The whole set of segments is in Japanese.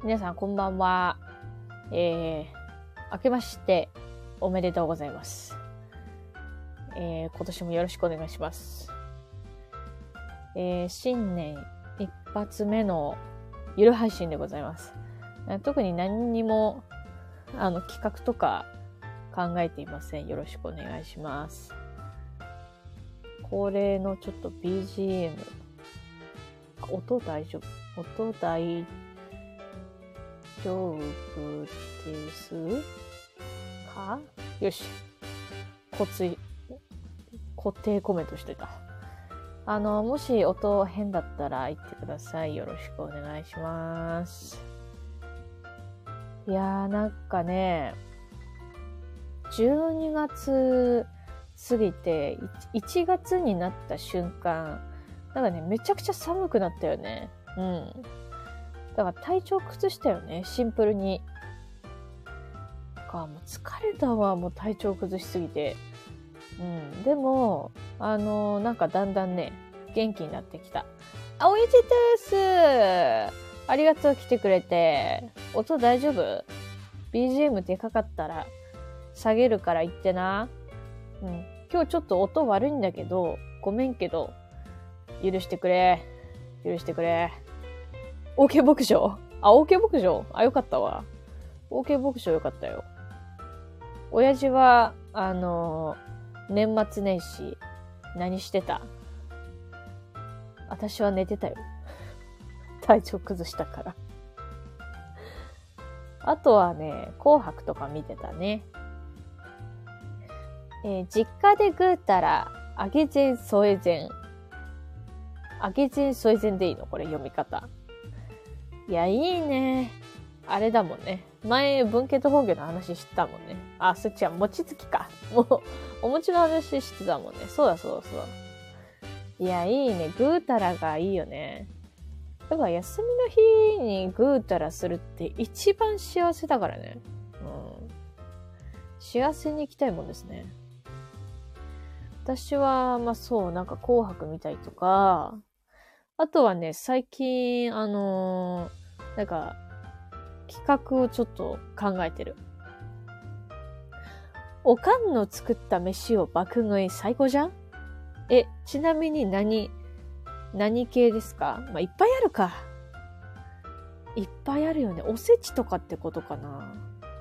皆さんこんばんは。明けましておめでとうございます。今年もよろしくお願いします。新年一発目のゆる配信でございます。特に何にも企画とか考えていません。よろしくお願いします。恒例のちょっと BGM。音大丈夫？音大丈夫ですか？よし。固定コメントしといた。もし音変だったら言ってください。よろしくお願いします。いやーなんかね、12月過ぎて1月になった瞬間、なんかね、めちゃくちゃ寒くなったよね。うん。だから体調崩したよね、シンプルに。もう疲れたわ、もう体調崩しすぎて。うん。でも、なんかだんだんね、元気になってきた。おいしいです。ありがとう、来てくれて。音大丈夫？ BGM でかかったら下げるから言ってな。うん。今日ちょっと音悪いんだけど、ごめんけど、許してくれ。許してくれ。OK 牧場？OK 牧場？よかったわ。OK 牧場よかったよ。親父は、年末年始、何してた？私は寝てたよ。体調崩したから。あとはね、紅白とか見てたね。実家でぐうたら、あげぜんそえぜん。あげぜんそえぜんでいいの？これ読み方。いや、いいね。あれだもんね。前、文系と本家の話してたもんね。そっちは餅つきか。もう、お餅の話してたもんね。そうだ。いや、いいね。ぐうたらがいいよね。だから休みの日にぐうたらするって一番幸せだからね。うん。幸せに行きたいもんですね。私は、なんか紅白見たりとか、あとはね、最近、なんか、企画をちょっと考えてる。おかんの作った飯を爆食い最高じゃん？ちなみに何系ですか？いっぱいあるか。いっぱいあるよね。おせちとかってことかな。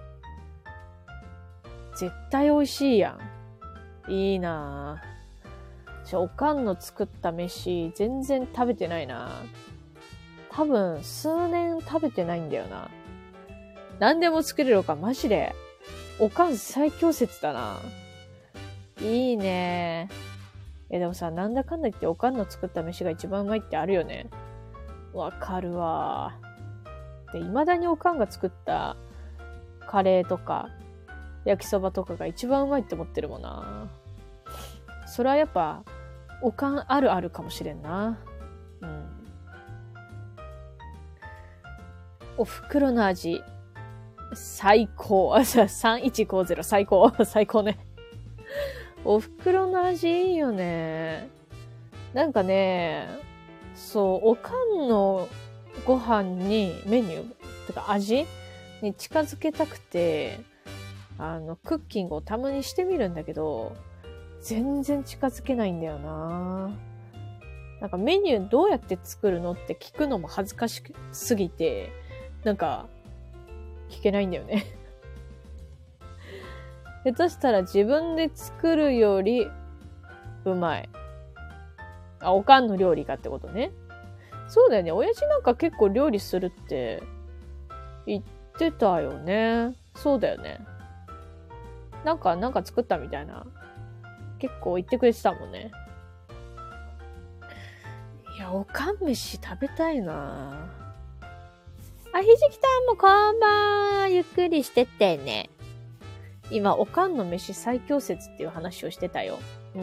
絶対美味しいやん。いいなぁ。おかんの作った飯、全然食べてないな。多分、数年食べてないんだよな。何でも作れるか、マジで。おかん最強説だな。いいね。でもさ、なんだかんだ言っておかんの作った飯が一番うまいってあるよね。わかるわ。で、未だにおかんが作ったカレーとか、焼きそばとかが一番うまいって思ってるもんな。それはやっぱ、おかんあるあるかもしれんな。うん。お袋の味。最高。3150最高。最高ね。お袋の味いいよね。なんかね、そう、おかんのご飯にメニューとか味に近づけたくて、クッキングをたまにしてみるんだけど、全然近づけないんだよな。なんかメニューどうやって作るのって聞くのも恥ずかしすぎて、なんか、聞けないんだよね。下手したら自分で作るよりうまい。おかんの料理がってことね。そうだよね。親父なんか結構料理するって言ってたよね。そうだよね。なんか作ったみたいな。結構言ってくれてたもんね。いや、おかん飯食べたいな。ひじきたんもこんばんは。ゆっくりしてってね。今、おかんの飯最強説っていう話をしてたよ。うん。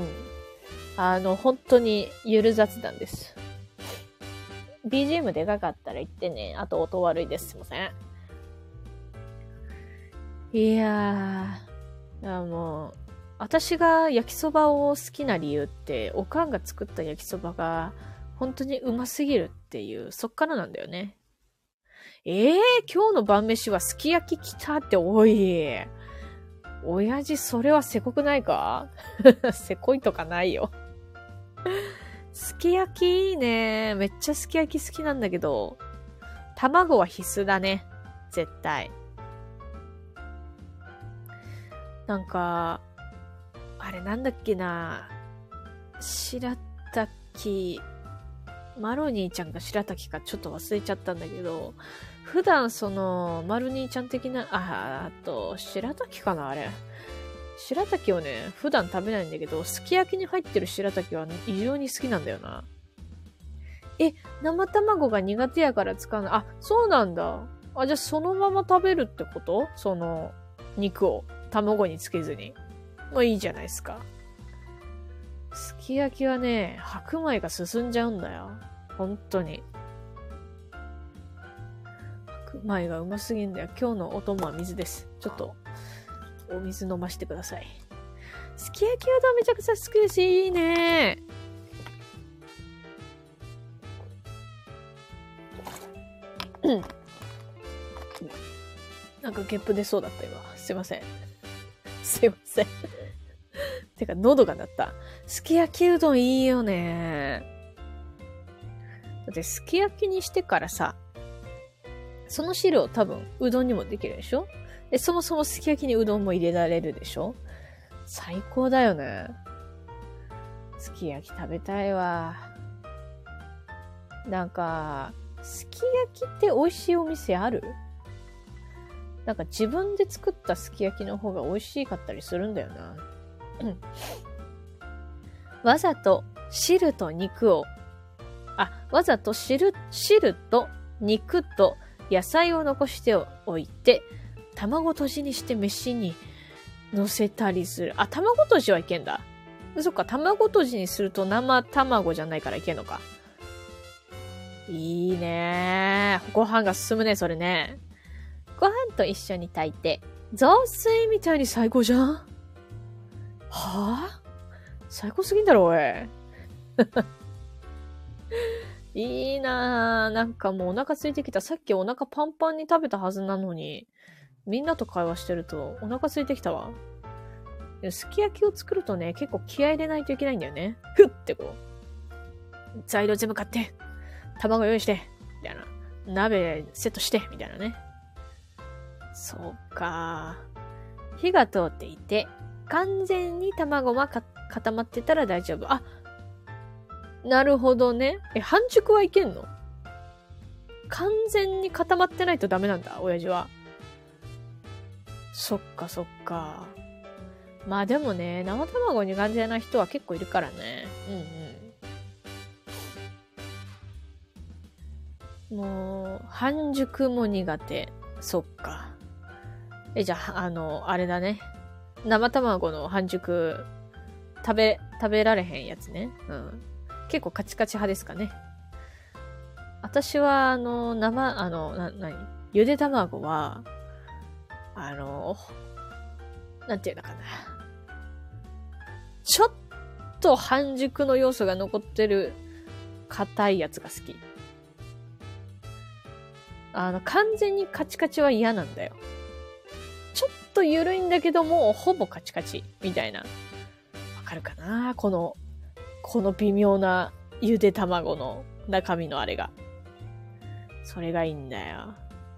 本当にゆる雑談です。BGM でかかったら言ってね。あと音悪いです。すいません。いやもう、私が焼きそばを好きな理由って、おかんが作った焼きそばが本当にうますぎるっていう、そっからなんだよね。 今日の晩飯はすき焼き来たって、おい。親父、それはせこくないか？せこいとかないよ。すき焼きいいね。めっちゃすき焼き好きなんだけど、卵は必須だね。絶対。なんか、あれなんだっけな。白滝、マロニーちゃんか白滝かちょっと忘れちゃったんだけど、普段マロニーちゃん的な、あと、白滝かなあれ。白滝をね、普段食べないんだけど、すき焼きに入ってる白滝は異常に好きなんだよな。生卵が苦手やから使うの。あ、そうなんだ。じゃあそのまま食べるってこと？肉を卵につけずに。もういいじゃないですか。すき焼きはね、白米が進んじゃうんだよ。本当に。白米がうますぎんだよ。今日のお供は水です。ちょっと、お水飲ましてください。すき焼きうどんめちゃくちゃ好きです。いいね。なんかゲップ出そうだった今。すいません。すいません。てか喉が鳴った。すき焼きうどんいいよね。だってすき焼きにしてからさ、その汁を多分うどんにもできるでしょ？で、そもそもすき焼きにうどんも入れられるでしょ？最高だよね。すき焼き食べたいわ。なんか、すき焼きって美味しいお店ある？なんか自分で作ったすき焼きの方が美味しかったりするんだよな。わざと汁と肉を、わざと汁と肉と野菜を残しておいて、卵とじにして飯に乗せたりする。卵とじはいけんだ。そっか、卵とじにすると生卵じゃないからいけんのか。いいねー。ご飯が進むね、それね。ご飯と一緒に炊いて、雑炊みたいに最高じゃん？はぁ？最高すぎんだろ、おい。いいなぁ。なんかもうお腹空いてきた。さっきお腹パンパンに食べたはずなのに、みんなと会話してるとお腹空いてきたわ。すき焼きを作るとね、結構気合い入れないといけないんだよね。ふってこう。材料全部買って、卵用意して、みたいな。鍋セットして、みたいなね。そうか。火が通っていて、完全に卵が固まってたら大丈夫。なるほどね。半熟はいけんの？完全に固まってないとダメなんだ、親父は。そっかそっか。まあでもね、生卵苦手な人は結構いるからね。もう、半熟も苦手。そっか。じゃあ、あれだね。生卵の半熟、食べられへんやつね。結構カチカチ派ですかね。私は、ゆで卵は、なんていうのかな。ちょっと半熟の要素が残ってる硬いやつが好き。完全にカチカチは嫌なんだよ。ちょっと緩いんだけども、ほぼカチカチみたいな。わかるかな？この微妙なゆで卵の中身のあれが。それがいいんだよ。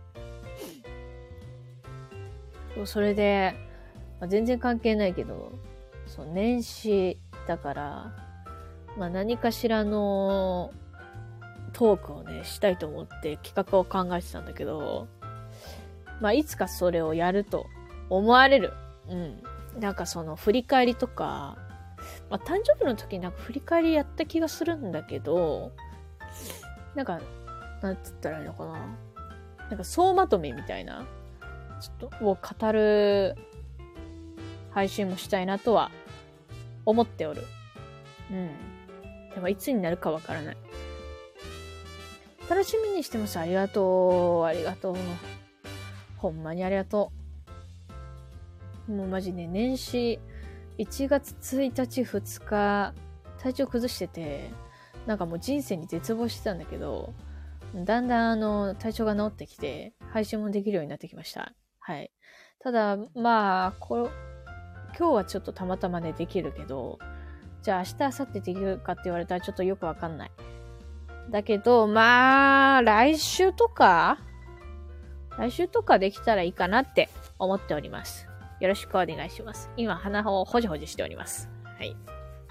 それで、全然関係ないけど、年始だから、何かしらのトークをね、したいと思って企画を考えてたんだけど、いつかそれをやると思われる。なんか振り返りとか、誕生日の時になんか振り返りやった気がするんだけど、なんか、なんつったらいいのかな。なんか総まとめみたいな、ちょっとを語る配信もしたいなとは思っておる。でもいつになるかわからない。楽しみにしてます。ありがとう。ありがとう。ほんまにありがとう。もうマジね、年始1月1日2日体調崩してて、なんかもう人生に絶望してたんだけど、 だんだん体調が治ってきて、配信もできるようになってきました。はい。ただ、まあ、今日はちょっとたまたまね、できるけど、じゃあ明日、明後日できるかって言われたらちょっとよくわかんない。だけど、まあ、来週とかできたらいいかなって思っております。よろしくお願いします。今、鼻をほじほじしております。はい。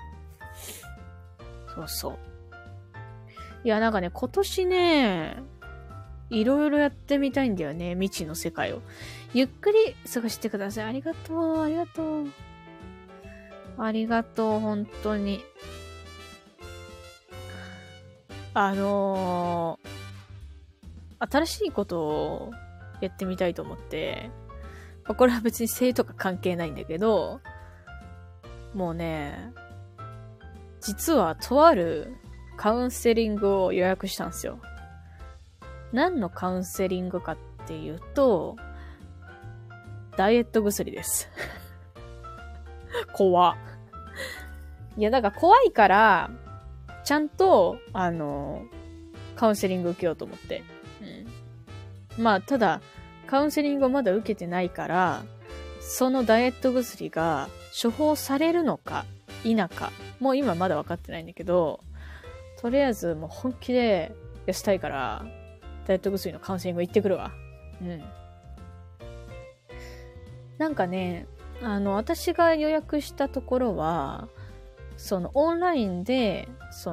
そうそう。いや、なんかね、今年ね、いろいろやってみたいんだよね。未知の世界を。ゆっくり過ごしてください。ありがとう、ありがとう。ありがとう、本当に。新しいことをやってみたいと思って、これは別に性とか関係ないんだけど、もうね、実はとあるカウンセリングを予約したんですよ。何のカウンセリングかっていうと、ダイエット薬です。怖。いや、だから怖いから、ちゃんと、カウンセリング受けようと思って。うん。まあ、ただ、カウンセリングをまだ受けてないから、そのダイエット薬が処方されるのか否か、もう今まだ分かってないんだけど、とりあえずもう本気で痩せたいから、ダイエット薬のカウンセリング行ってくるわ。うん。なんかね、私が予約したところは、オンラインで、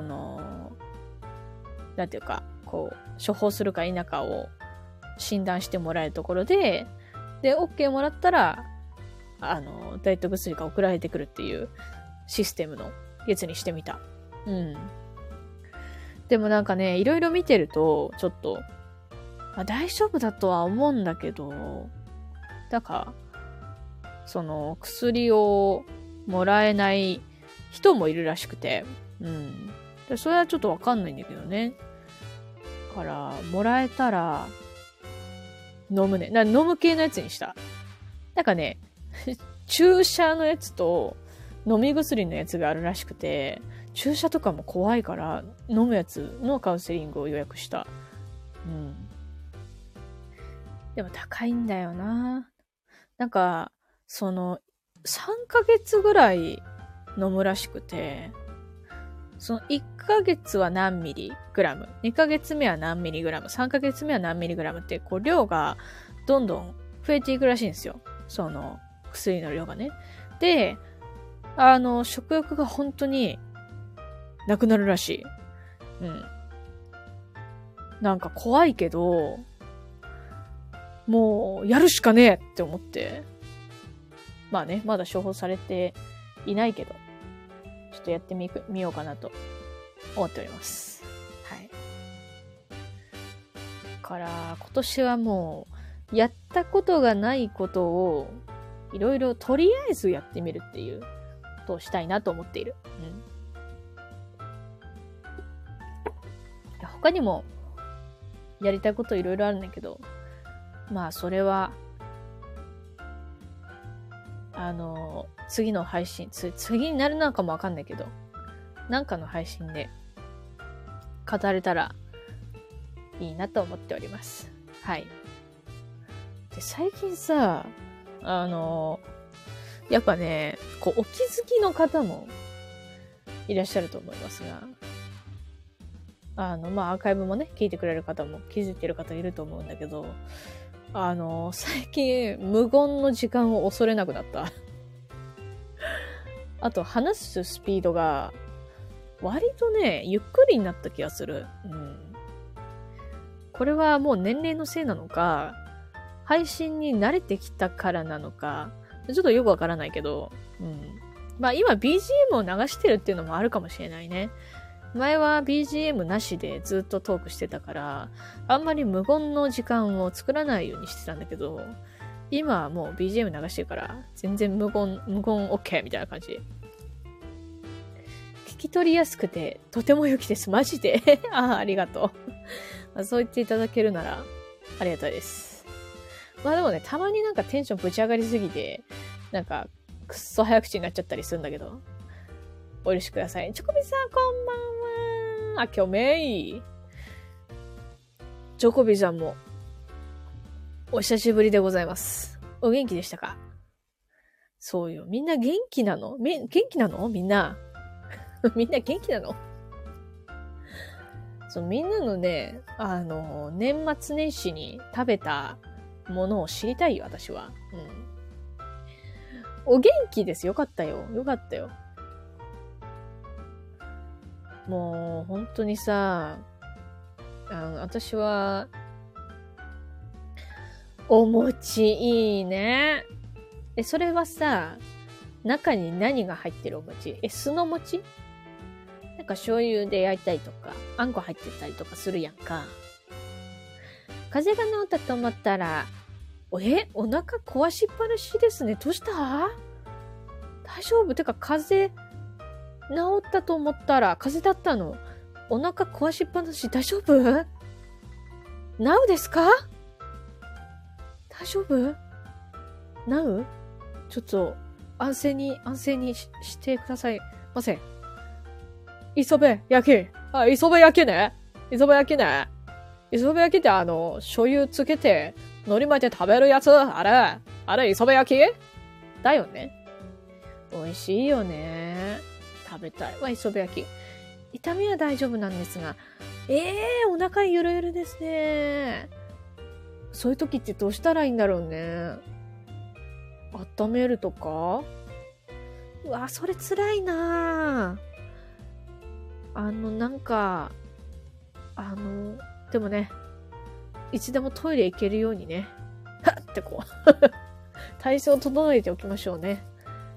なんていうか、こう、処方するか否かを診断してもらえるところで、OK もらったら、ダイエット薬が送られてくるっていうシステムのやつにしてみた。うん。でもなんかね、いろいろ見てると、ちょっと、大丈夫だとは思うんだけど、だから、薬をもらえない人もいるらしくて、うん。でそれはちょっとわかんないんだけどね。だから、もらえたら、飲むね。飲む系のやつにした。なんかね、注射のやつと飲み薬のやつがあるらしくて、注射とかも怖いから飲むやつのカウンセリングを予約した。うん。でも高いんだよな。なんか、3ヶ月ぐらい飲むらしくて、1ヶ月は何ミリグラム、2ヶ月目は何ミリグラム、3ヶ月目は何ミリグラムって、こう、量がどんどん増えていくらしいんですよ。薬の量がね。で、食欲が本当になくなるらしい。うん。なんか怖いけど、もう、やるしかねえって思って。まあね、まだ処方されていないけど、ちょっとやってみようかなと思っております。はい。だから、今年はもう、やったことがないことを、いろいろとりあえずやってみるっていうことをしたいなと思っている。うん。他にも、やりたいこといろいろあるんだけど、まあ、それは、次の配信、次になるのかもわかんないけど、なんかの配信で語れたらいいなと思っております。はい。で、最近さ、やっぱね、こう、お気づきの方もいらっしゃると思いますが、まあ、アーカイブもね、聞いてくれる方も気づいてる方いると思うんだけど、最近、無言の時間を恐れなくなった。あと、話すスピードが、割とね、ゆっくりになった気がする。うん。これはもう年齢のせいなのか、配信に慣れてきたからなのか、ちょっとよくわからないけど、うん。まあ今 BGM を流してるっていうのもあるかもしれないね。前は BGM なしでずっとトークしてたから、あんまり無言の時間を作らないようにしてたんだけど、今はもう BGM 流してるから、全然無言 OK みたいな感じ。聞き取りやすくて、とても良きです。マジで。ありがとう。そう言っていただけるなら、ありがたいです。まあでもね、たまになんかテンションぶち上がりすぎて、なんか、くっそ早口になっちゃったりするんだけど、お許しください。チョコビさん、こんばんは。今日メイ。 ジョコビさんも、お久しぶりでございます。お元気でしたか？そうよ。みんな元気なの？元気なの？みんな。みんな元気なの？そう、みんなのね、年末年始に食べたものを知りたいよ、私は。お元気です。よかったよ。よかったよ。もう、本当にさ、私は、お餅いいね。それはさ、中に何が入ってるお餅？酢の餅？なんか醤油で焼いたりとか、あんこ入ってたりとかするやんか。風邪が治ったと思ったら、お腹壊しっぱなしですね。どうした？大丈夫？てか風邪治ったと思ったら、風邪だったの。お腹壊しっぱなし大丈夫？なうですか？大丈夫？なう？ちょっと、安静にしてくださいませ。磯辺焼き。磯辺焼きね。磯辺焼きね。磯辺焼きって醤油つけて、海苔巻いて食べるやつ？あれ磯辺焼きだよね。美味しいよね。食べたいわ、磯辺焼き。痛みは大丈夫なんですが、お腹ゆるゆるですね。そういう時ってどうしたらいいんだろうね。温めるとか？うわ、それ辛いなぁ。なんか、でもね、いつでもトイレ行けるようにね、はっってこう、体勢を整えておきましょうね。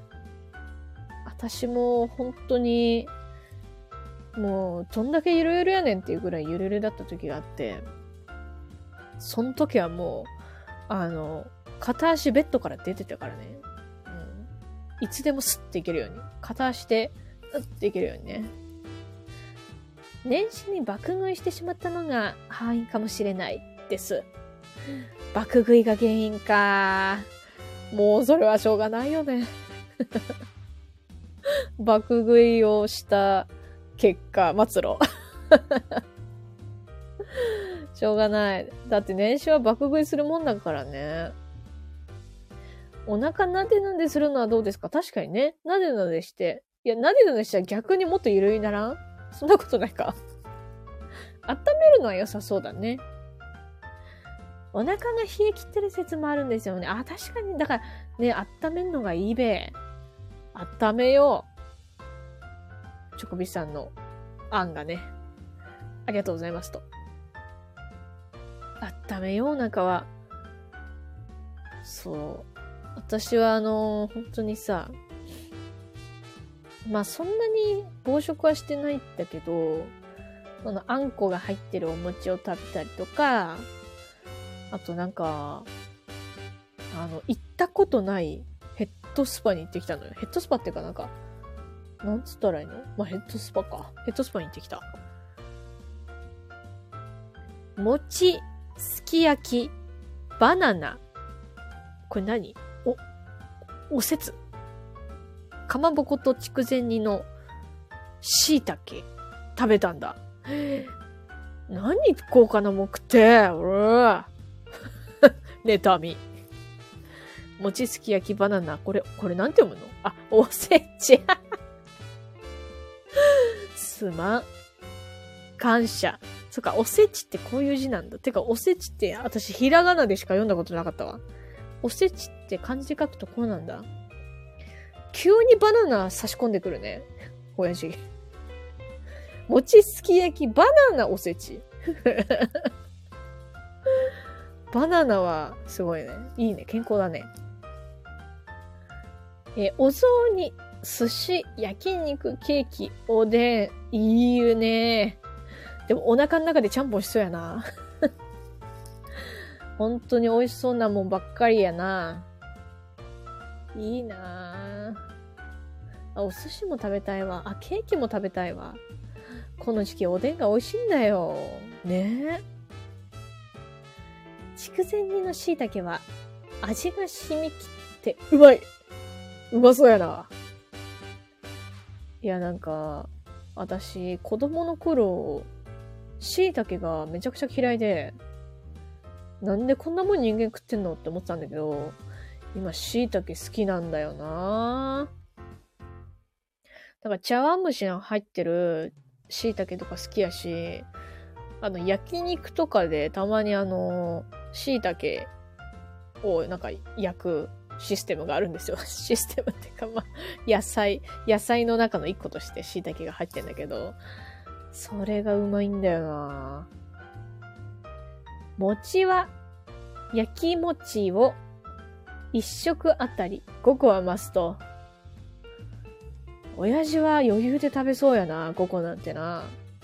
私も本当に、もう、どんだけゆるゆるやねんっていうぐらいゆるゆるだった時があって、その時はもう、片足ベッドから出てたからね。いつでもスッていけるように。片足で、スッていけるようにね。年始に爆食いしてしまったのが敗因かもしれないです。爆食いが原因か。もうそれはしょうがないよね。爆食いをした結果、末路。しょうがない。だって年始は爆食いするもんだからね。お腹なでなでするのはどうですか？確かにね。なでなでして。いや、なでなでしたら逆にもっとゆるいならん？そんなことないか。温めるのは良さそうだね。お腹が冷え切ってる説もあるんですよね。確かに。だからね、温めるのがいいべ。温めよう。チョコビさんの案がね。ありがとうございますと。温めよう、お腹は。そう。私は本当にさ、まあそんなに暴食はしてないんだけど、あんこが入ってるお餅を食べたりとか、あとなんか、行ったことないヘッドスパに行ってきたのよ。ヘッドスパっていうかなんか、なんつったらいいの？まあヘッドスパか。ヘッドスパに行ってきた。餅、すき焼き、バナナ。これ何？おせつ。かまぼこと筑前煮の椎茸食べたんだ。何食おうかな、もう食って。妬み。餅すき焼きバナナ。これなんて読むの？おせち。すまん。感謝。そっか、おせちってこういう字なんだ。てか、おせちって私ひらがなでしか読んだことなかったわ。おせちって漢字書くとこうなんだ。急にバナナ差し込んでくるね。親父。餅すき焼き、バナナおせち。バナナはすごいね。いいね。健康だね。お雑煮、寿司、焼肉、ケーキ、おでん。いいよね。でもお腹の中でちゃんぽんしそうやな。本当に美味しそうなもんばっかりやな。いいなぁ。お寿司も食べたいわ。ケーキも食べたいわ。この時期おでんが美味しいんだよ。ねえ。筑前煮の椎茸は味が染み切ってうまい。うまそうやな。いや、なんか、私、子供の頃、椎茸がめちゃくちゃ嫌いで、 なんでこんなもん人間食ってんのって思ってたんだけど、今椎茸好きなんだよな。だから茶碗蒸しの入ってる椎茸とか好きやし、焼肉とかでたまに椎茸をなんか焼くシステムがあるんですよ。システムっていうか、まあ、野菜の中の一個として椎茸が入ってんだけど、それがうまいんだよな。餅は、焼き餅を一食あたり5個は増すと、親父は余裕で食べそうやな、5個なんてな。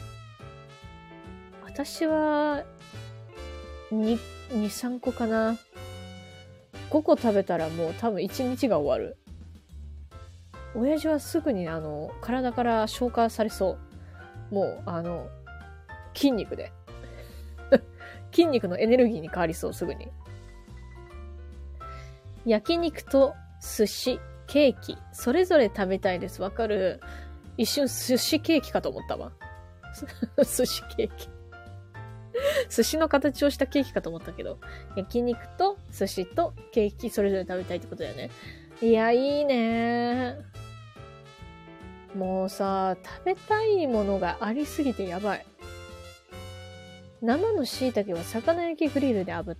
私は、2、3個かな。5個食べたらもう多分1日が終わる。親父はすぐに体から消化されそう。もう筋肉で。筋肉のエネルギーに変わりそう、すぐに。焼肉と寿司、ケーキ、それぞれ食べたいです。わかる？一瞬寿司ケーキかと思ったわ。寿司ケーキ。寿司の形をしたケーキかと思ったけど、焼肉と寿司とケーキそれぞれ食べたいってことだよね。いや、いいね。もうさ、食べたいものがありすぎてやばい。生の椎茸は魚焼きグリルで炙って、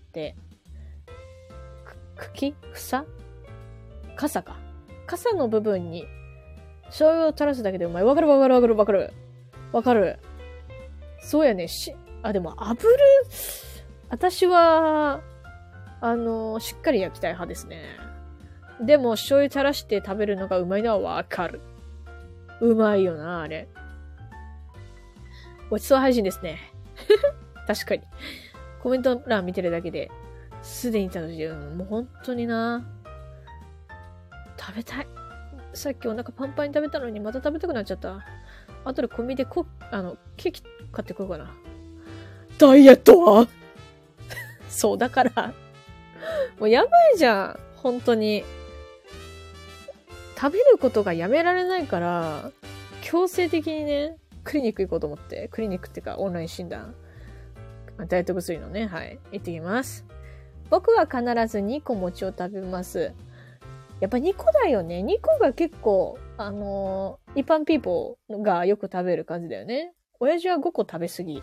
茎房傘か。傘の部分に醤油を垂らすだけでうまい。わかる。わかる。そうやね。でも炙る、私は、しっかり焼きたい派ですね。でも醤油垂らして食べるのがうまいのはわかる。うまいよな、あれ。ごちそう配信ですね。確かに。コメント欄見てるだけで、すでに楽しい。もう本当にな。食べたい。さっきお腹パンパンに食べたのにまた食べたくなっちゃった。後でコンビニでケーキ買ってこようかな。ダイエットはそう、だから、もうやばいじゃん。本当に。食べることがやめられないから、強制的にね、クリニック行こうと思って。クリニックっていうかオンライン診断。ダイエット薬のね、はい。行ってきます。僕は必ず2個餅を食べます。やっぱ2個だよね。2個が結構、一般ピーポーがよく食べる感じだよね。親父は5個食べすぎ。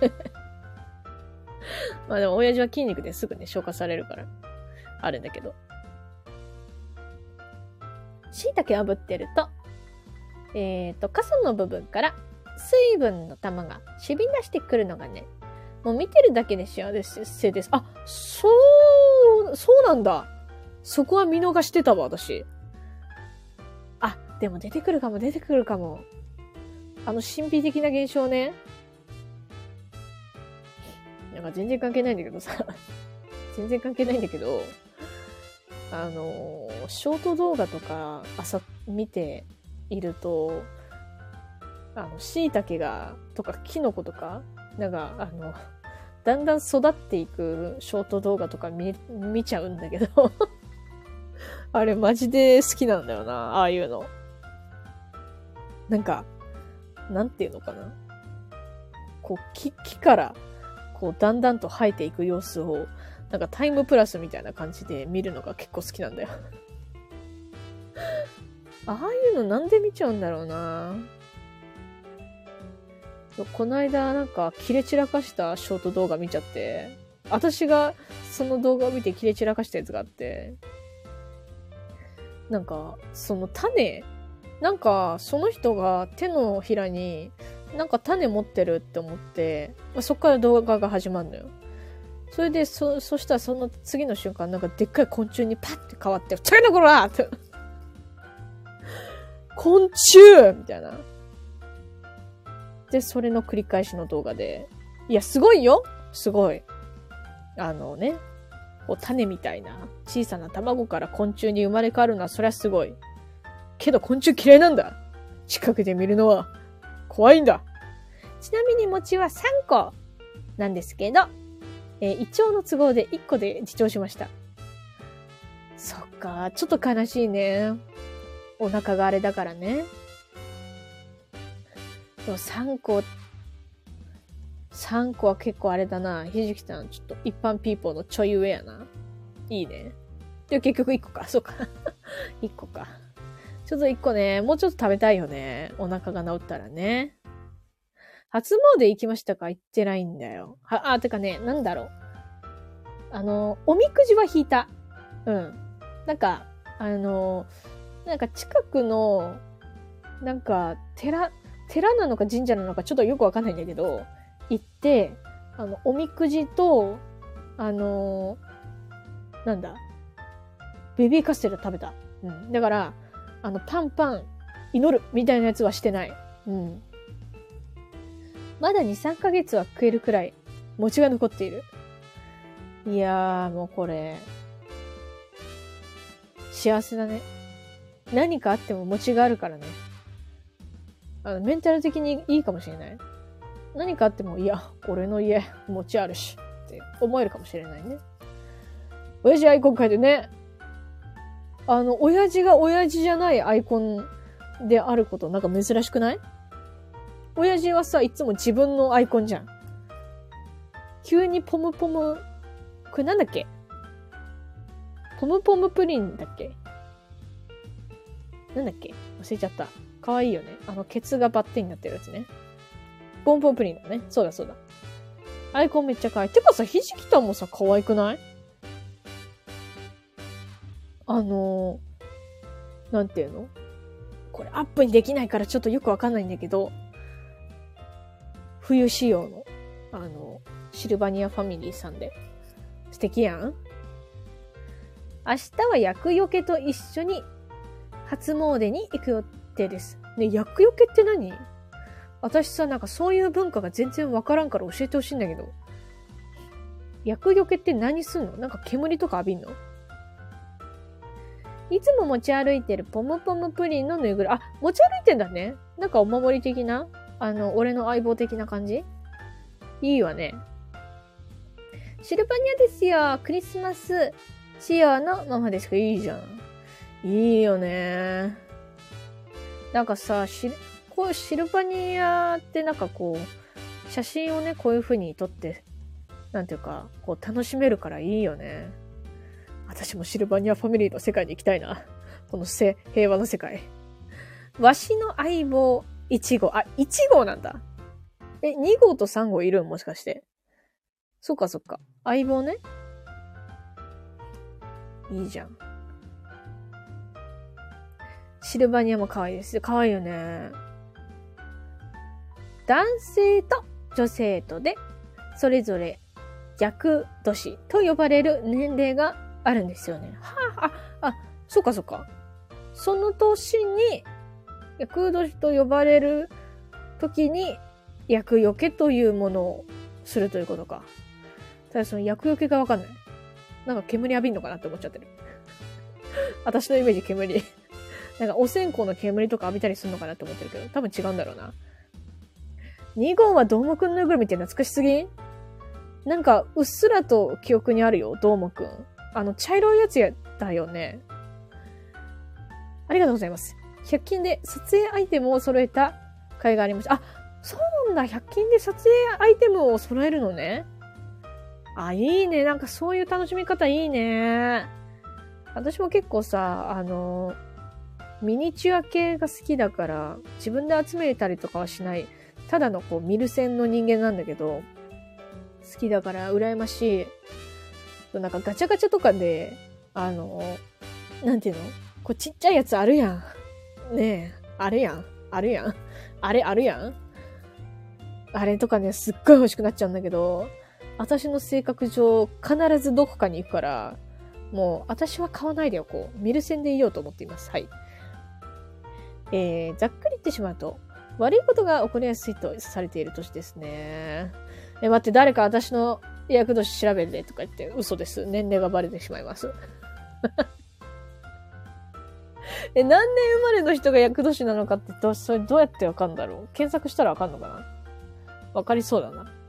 まあでも親父は筋肉ですぐね、消化されるから。あるんだけど。椎茸炙ってると、傘の部分から水分の玉がしび出してくるのがね、もう見てるだけで幸せです。あ、そうなんだ。そこは見逃してたわ、私。あ、でも出てくるかも。神秘的な現象ね。なんか全然関係ないんだけどさ。ショート動画とか見ていると、椎茸とかキノコとか、なんかだんだん育っていくショート動画とか見ちゃうんだけど、あれマジで好きなんだよな、ああいうの。なんか、なんていうのかな。こう、木から、こう、だんだんと生えていく様子を、なんかタイムプラスみたいな感じで見るのが結構好きなんだよ。ああいうのなんで見ちゃうんだろうな。この間なんか切れ散らかしたショート動画見ちゃって、私がその動画を見て切れ散らかしたやつがあって、なんかその種、なんかその人が手のひらになんか種持ってるって思って、そっから動画が始まるのよ。それでそしたらその次の瞬間なんかでっかい昆虫にパッて変わって、ふざけんなこらって昆虫みたいな。で、それの繰り返しの動画で。いや、すごいよ！すごい。種みたいな小さな卵から昆虫に生まれ変わるのはそりゃすごい。けど昆虫嫌いなんだ。近くで見るのは怖いんだ。ちなみに餅は3個なんですけど、胃腸の都合で1個で自重しました。そっか、ちょっと悲しいね。お腹があれだからね。でも3 3個は結構あれだな。ひじきさん、ちょっと一般ピーポーのちょい上やな。いいね。で、結局1個か。そうか。1個か。ちょっと1個ね、もうちょっと食べたいよね。お腹が治ったらね。初詣行きましたか？行ってないんだよ。てかね、なんだろう。おみくじは引いた。うん。なんか近くの、なんか、寺なのか神社なのかちょっとよくわかんないんだけど、行って、おみくじと、なんだ、ベビーカステラ食べた。うん。だから、パン、祈るみたいなやつはしてない。うん。まだ2、3ヶ月は食えるくらい、餅が残っている。いやー、もうこれ、幸せだね。何かあっても餅があるからね。メンタル的にいいかもしれない。何かあっても、いや、俺の家、餅あるし、って思えるかもしれないね。親父アイコン書いてね。親父が親父じゃないアイコンであること、なんか珍しくない？親父はさ、いつも自分のアイコンじゃん。急にポムポム、これなんだっけ？ポムポムプリンだっけ？なんだっけ？忘れちゃった。かわいいよね。ケツがバッテンになってるやつね。ポンポンプリンだね。そうだそうだ。アイコンめっちゃかわいい。てかさ、ひじきたんもさ、かわいくない？なんていうの？これアップにできないからちょっとよくわかんないんだけど、冬仕様の、シルバニアファミリーさんで。素敵やん？明日は厄除けと一緒に初詣に行く予定です。ね、厄除けって何？私さ、なんかそういう文化が全然わからんから教えてほしいんだけど。厄除けって何すんの？なんか煙とか浴びんの？いつも持ち歩いてるポムポムプリンのぬいぐるみ。持ち歩いてんだね。なんかお守り的な？俺の相棒的な感じ？いいわね。シルバニアですよ。クリスマス仕様のままですか？いいじゃん。いいよね。なんかさ、こういうシルバニアってなんかこう、写真をね、こういう風に撮って、なんていうか、こう楽しめるからいいよね。私もシルバニアファミリーの世界に行きたいな。この平和の世界。わしの相棒、1号。1号なんだ。2号と3号いるん？もしかして。そっかそっか。相棒ね。いいじゃん。シルバニアも可愛いです。可愛いよね。男性と女性とで、それぞれ厄年と呼ばれる年齢があるんですよね。そっかそっか。その年に、厄年と呼ばれる時に、厄除けというものをするということか。ただその厄除けがわかんない。なんか煙浴びんのかなって思っちゃってる。私のイメージ煙。なんかお線香の煙とか浴びたりするのかなって思ってるけど、多分違うんだろうな。2号はどーもくんぬいぐるみって懐かしすぎん？なんかうっすらと記憶にあるよ、どーもくん。茶色いやつだよね。ありがとうございます。100均で撮影アイテムを揃えた甲斐がありました。そうなんだ。100均で撮影アイテムを揃えるのね。いいね。なんかそういう楽しみ方いいね。私も結構さ、ミニチュア系が好きだから、自分で集めたりとかはしない。ただのこう、ミルセンの人間なんだけど、好きだから羨ましい。なんかガチャガチャとかで、なんていうの？こうちっちゃいやつあるやん。ねえ、あるやん。あるやん。あれあるやん。あれとかね、すっごい欲しくなっちゃうんだけど、私の性格上、必ずどこかに行くから、もう、私は買わないでおこう。ミルセンでいようと思っています。はい。ざっくり言ってしまうと、悪いことが起こりやすいとされている年ですね。待って、誰か私の厄年調べるでとか言って、嘘です。年齢がバレてしまいます。何年生まれの人が厄年なのかって、それどうやってわかんだろう？検索したらわかんのかな？わかりそうだな。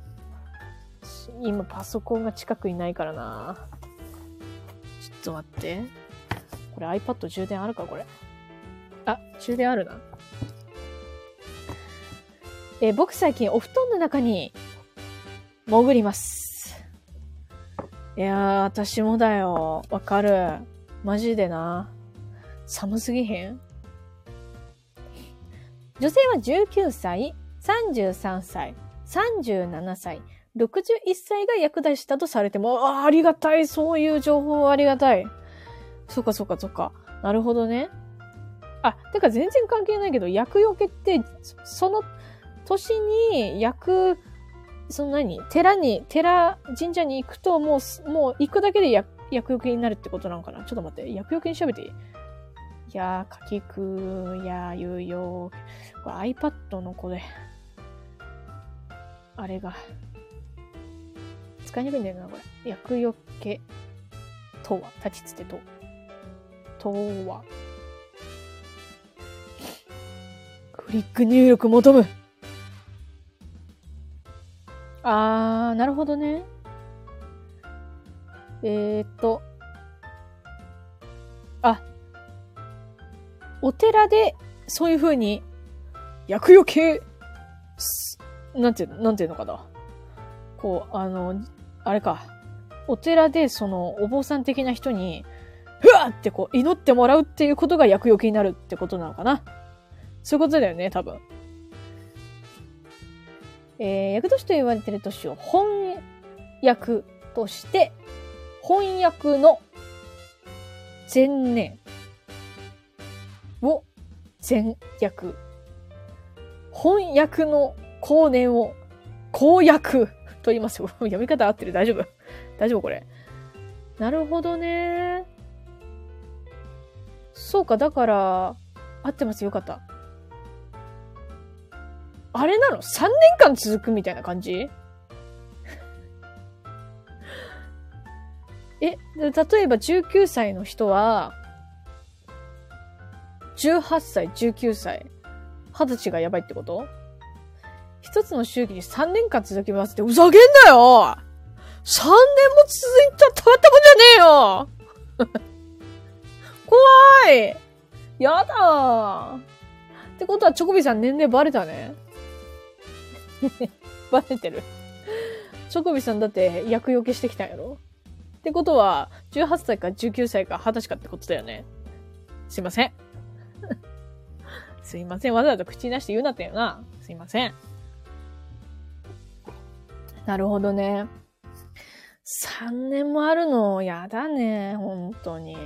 今パソコンが近くにないからな。ちょっと待って。これ iPad 充電あるかこれ。充電あるな。僕最近お布団の中に潜ります。いやー、私もだよ。わかる。マジでな。寒すぎへん？女性は19歳、33歳、37歳、61歳が役立ったとされても、ありがたい。そういう情報ありがたい。そっかそっかそっか。なるほどね。あ、てか全然関係ないけど、厄除けって、その年に寺、神社に行くと、もう行くだけで厄除けになるってことなのかな？ちょっと待って、厄除けに調べていい？いやー、かきくやゆよ。これ iPad のこれ。あれが。使いにくいんだよな、これ。厄除けとは、立ちつてと。とは。クリック入力求む。なるほどね。お寺で、そういう風に、厄除け、なんていうのかな。こう、あれか。お寺で、お坊さん的な人に、ふわーってこう、祈ってもらうっていうことが厄除けになるってことなのかな。そういうことだよね、多分。厄年と言われている年を翻訳として、翻訳の前年を前訳。翻訳の後年を後訳と言いますよ。読み方合ってる？大丈夫？大丈夫これ。なるほどね。そうか、だから、合ってます。よかった。あれなの？ 3 年間続くみたいな感じ？例えば19歳の人は、18歳、19歳、20歳がやばいってこと？一つの周期に3年間続きますって、ふざけんなよ！ 3 年も続いたたったことじゃねえよ怖い！やだーってことはチョコビさん年齢バレたね。バレてる。チョコビさんだって厄除けしてきたんやろ？ってことは、18歳か19歳か20歳かってことだよね。すいません。すいません。わざわざ口に出して言うなってよな。すいません。なるほどね。3年もあるの、やだね。本当に。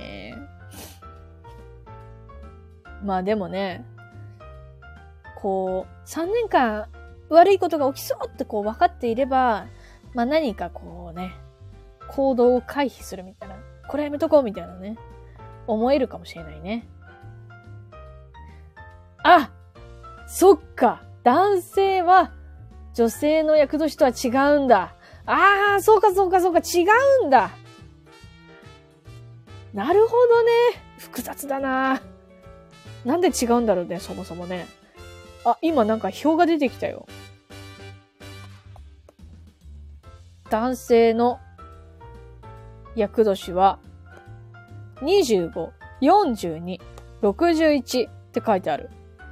まあでもね、こう、3年間悪いことが起きそうってこう分かっていれば、まあ何かこうね、行動を回避するみたいな、これやめとこうみたいなね、思えるかもしれないね。あ！そっか！男性は女性の厄年とは違うんだ。そうかそうかそうか、違うんだ。なるほどね。複雑だな。なんで違うんだろうね、そもそもね。今なんか表が出てきたよ。男性の厄年は25、42、61って書いてある。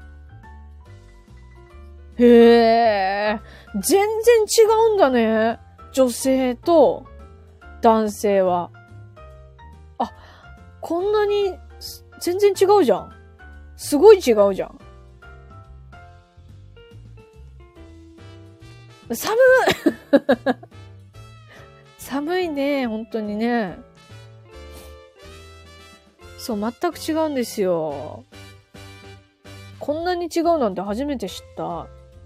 へー。全然違うんだね。女性と男性は。こんなに全然違うじゃん。すごい違うじゃん。寒い寒いね、本当にね。そう、全く違うんですよ。こんなに違うなんて初めて知った。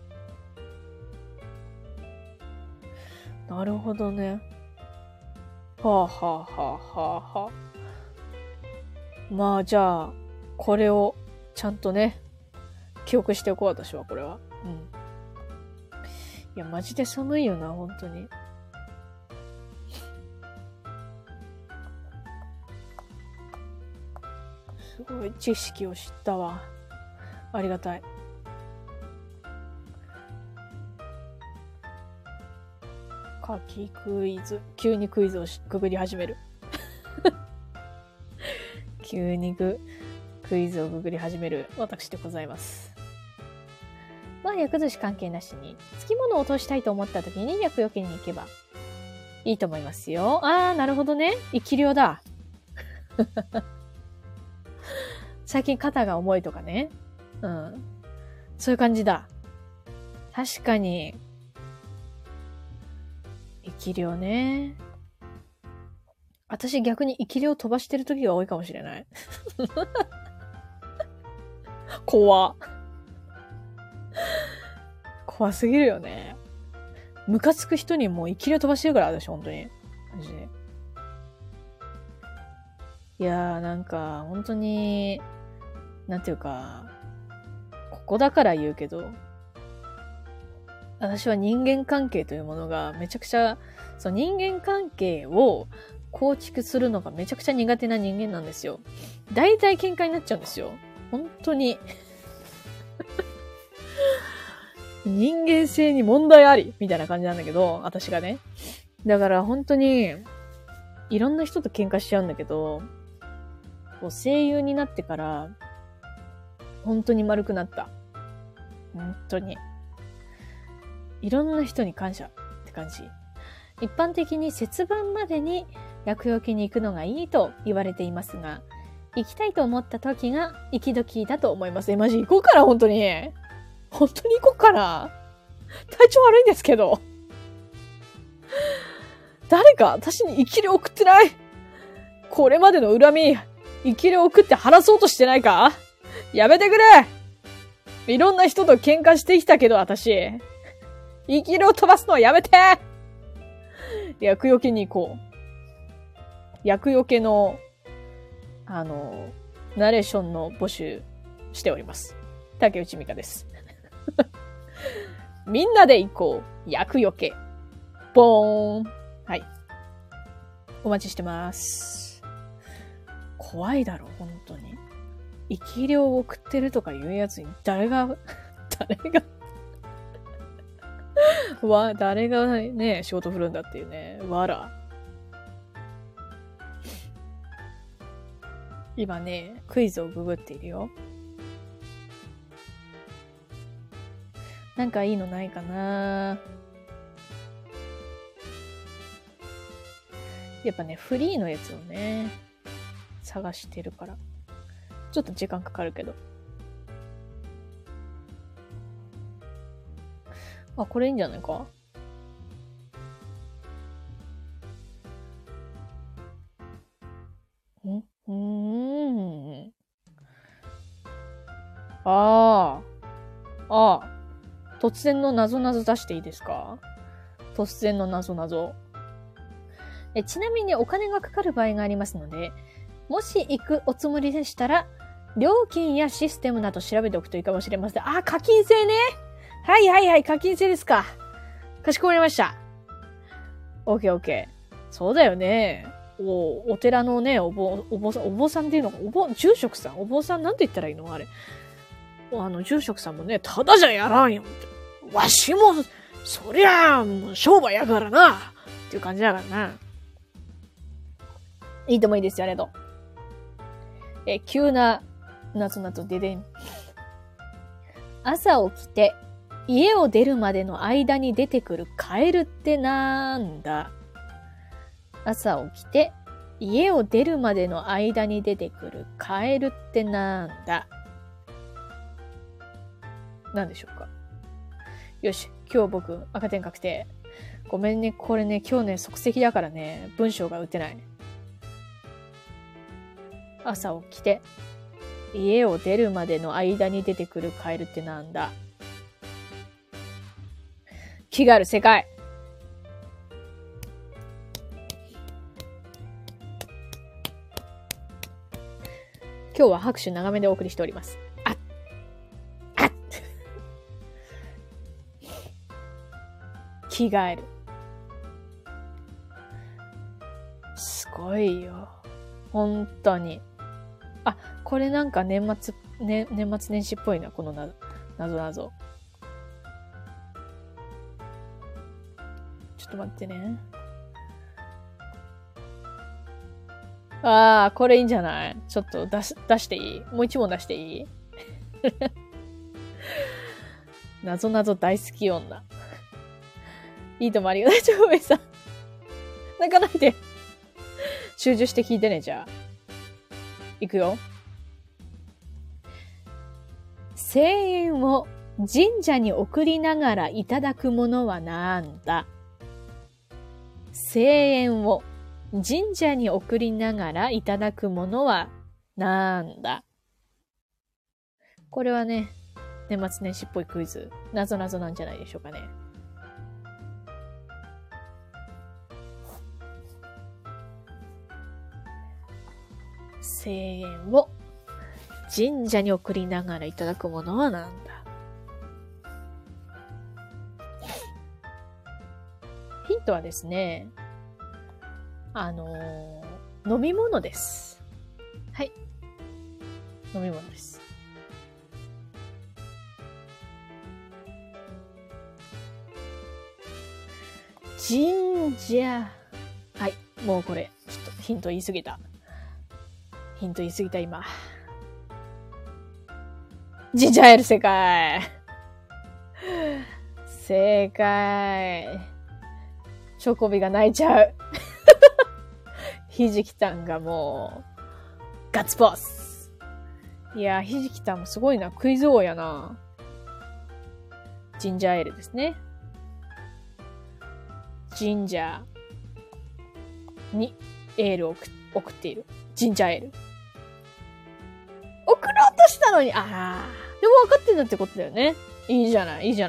なるほどね。はあはあはあはあはあ。まあじゃあ、これをちゃんとね、記憶しておこう、私はこれは。うん。いや、マジで寒いよな、本当に。すごい知識を知ったわ。ありがたい。書きクイズ。急にクイズをくぐり始める。急にクイズをくぐり始める私でございます。まは厄寿司関係なしに、つきものを落としたいと思った時に厄除けに行けばいいと思いますよ。なるほどね。生き量だ。最近肩が重いとかね。うん。そういう感じだ。確かに。生き量ね。私逆に生き量飛ばしてる時が多いかもしれない。怖すぎるよね。ムカつく人にもう生き量飛ばしてるから、私、本当に。マジで。いやー、なんか、本当に、なんていうか、ここだから言うけど、私は人間関係というものがめちゃくちゃ、人間関係を構築するのがめちゃくちゃ苦手な人間なんですよ。大体喧嘩になっちゃうんですよ。本当に。人間性に問題ありみたいな感じなんだけど、私がね。だから本当に、いろんな人と喧嘩しちゃうんだけど、声優になってから、本当に丸くなった。本当に。いろんな人に感謝って感じ。一般的に節分までに厄除けに行くのがいいと言われていますが、行きたいと思った時が行き時だと思います。マジ行こうかな、本当に。本当に行こうかな。体調悪いんですけど。誰か私に生き量送ってない？これまでの恨み、生き量送って話そうとしてないか？やめてくれ！いろんな人と喧嘩してきたけど、私。生き量飛ばすのやめて！厄除けに行こう。厄除けの、ナレーションの募集しております。竹内美香です。みんなで行こう。厄除け。ボーン。はい。お待ちしてます。怖いだろ、本当に。生き量を送ってるとかいうやつに誰がね、仕事振るんだっていうね。わら。今ね、クイズをググっているよ。なんかいいのないかな。やっぱね、フリーのやつをね、探してるから。ちょっと時間かかるけど。あ、これいいんじゃないか？突然の謎々出していいですか？突然の謎々。ちなみにお金がかかる場合がありますので、もし行くおつもりでしたら、料金やシステムなど調べておくといいかもしれません。課金制ね。はいはいはい、課金制ですか。かしこまりました。オッケーオッケー。そうだよね。お寺のね、お坊さんっていうのか、住職さん、お坊さんなんて言ったらいいのあれ。住職さんもね、ただじゃやらんよ。わしも、そりゃあ、もう商売やからな。っていう感じだからな。いいともいいですよ、ありがとう。急な、夏ででん。朝起きて、家を出るまでの間に出てくるカエルってなんだ？朝起きて、家を出るまでの間に出てくるカエルってなんだ？なんでしょうか？よし、今日僕赤点確定。ごめんね、これね、今日ね、即席だからね、文章が打てない。朝起きて、家を出るまでの間に出てくるカエルってなんだ？気がある世界。今日は拍手長めでお送りしております。着替える。すごいよ。本当に。これなんか年末年始っぽいな、この謎。ちょっと待ってね。これいいんじゃない？ちょっと出していい？もう一問出していい？ なぞなぞ大好き女。いいともありがとう。チョコビさん。泣かないで。集中して聞いてね、じゃあ。いくよ。声援を神社に送りながらいただくものはなんだ？声援を神社に送りながらいただくものはなんだ？これはね、年末年始っぽいクイズ、なぞなぞなんじゃないでしょうかね。声援を神社に送りながらいただくものはなんだ？ヒントはですね、飲み物です。はい。飲み物です。神社。はい。もうこれ、ちょっとヒント言いすぎた。今。ジンジャーエール正解。正解。チョコビが泣いちゃう。ひじきたんがもう、ガッツポーズ。いや、ひじきたんもすごいな。クイズ王やな。ジンジャーエールですね。ジンジャーにエールを送っている。ジンジャーエール。送ろうとしたのに、でも分かってたってことだよね。いいじゃないの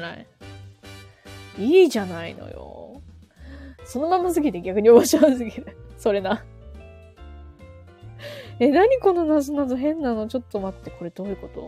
よ。そのまますぎて逆に面白すぎる。それな。何このなぞなぞ変なの。ちょっと待って、これどういうこと？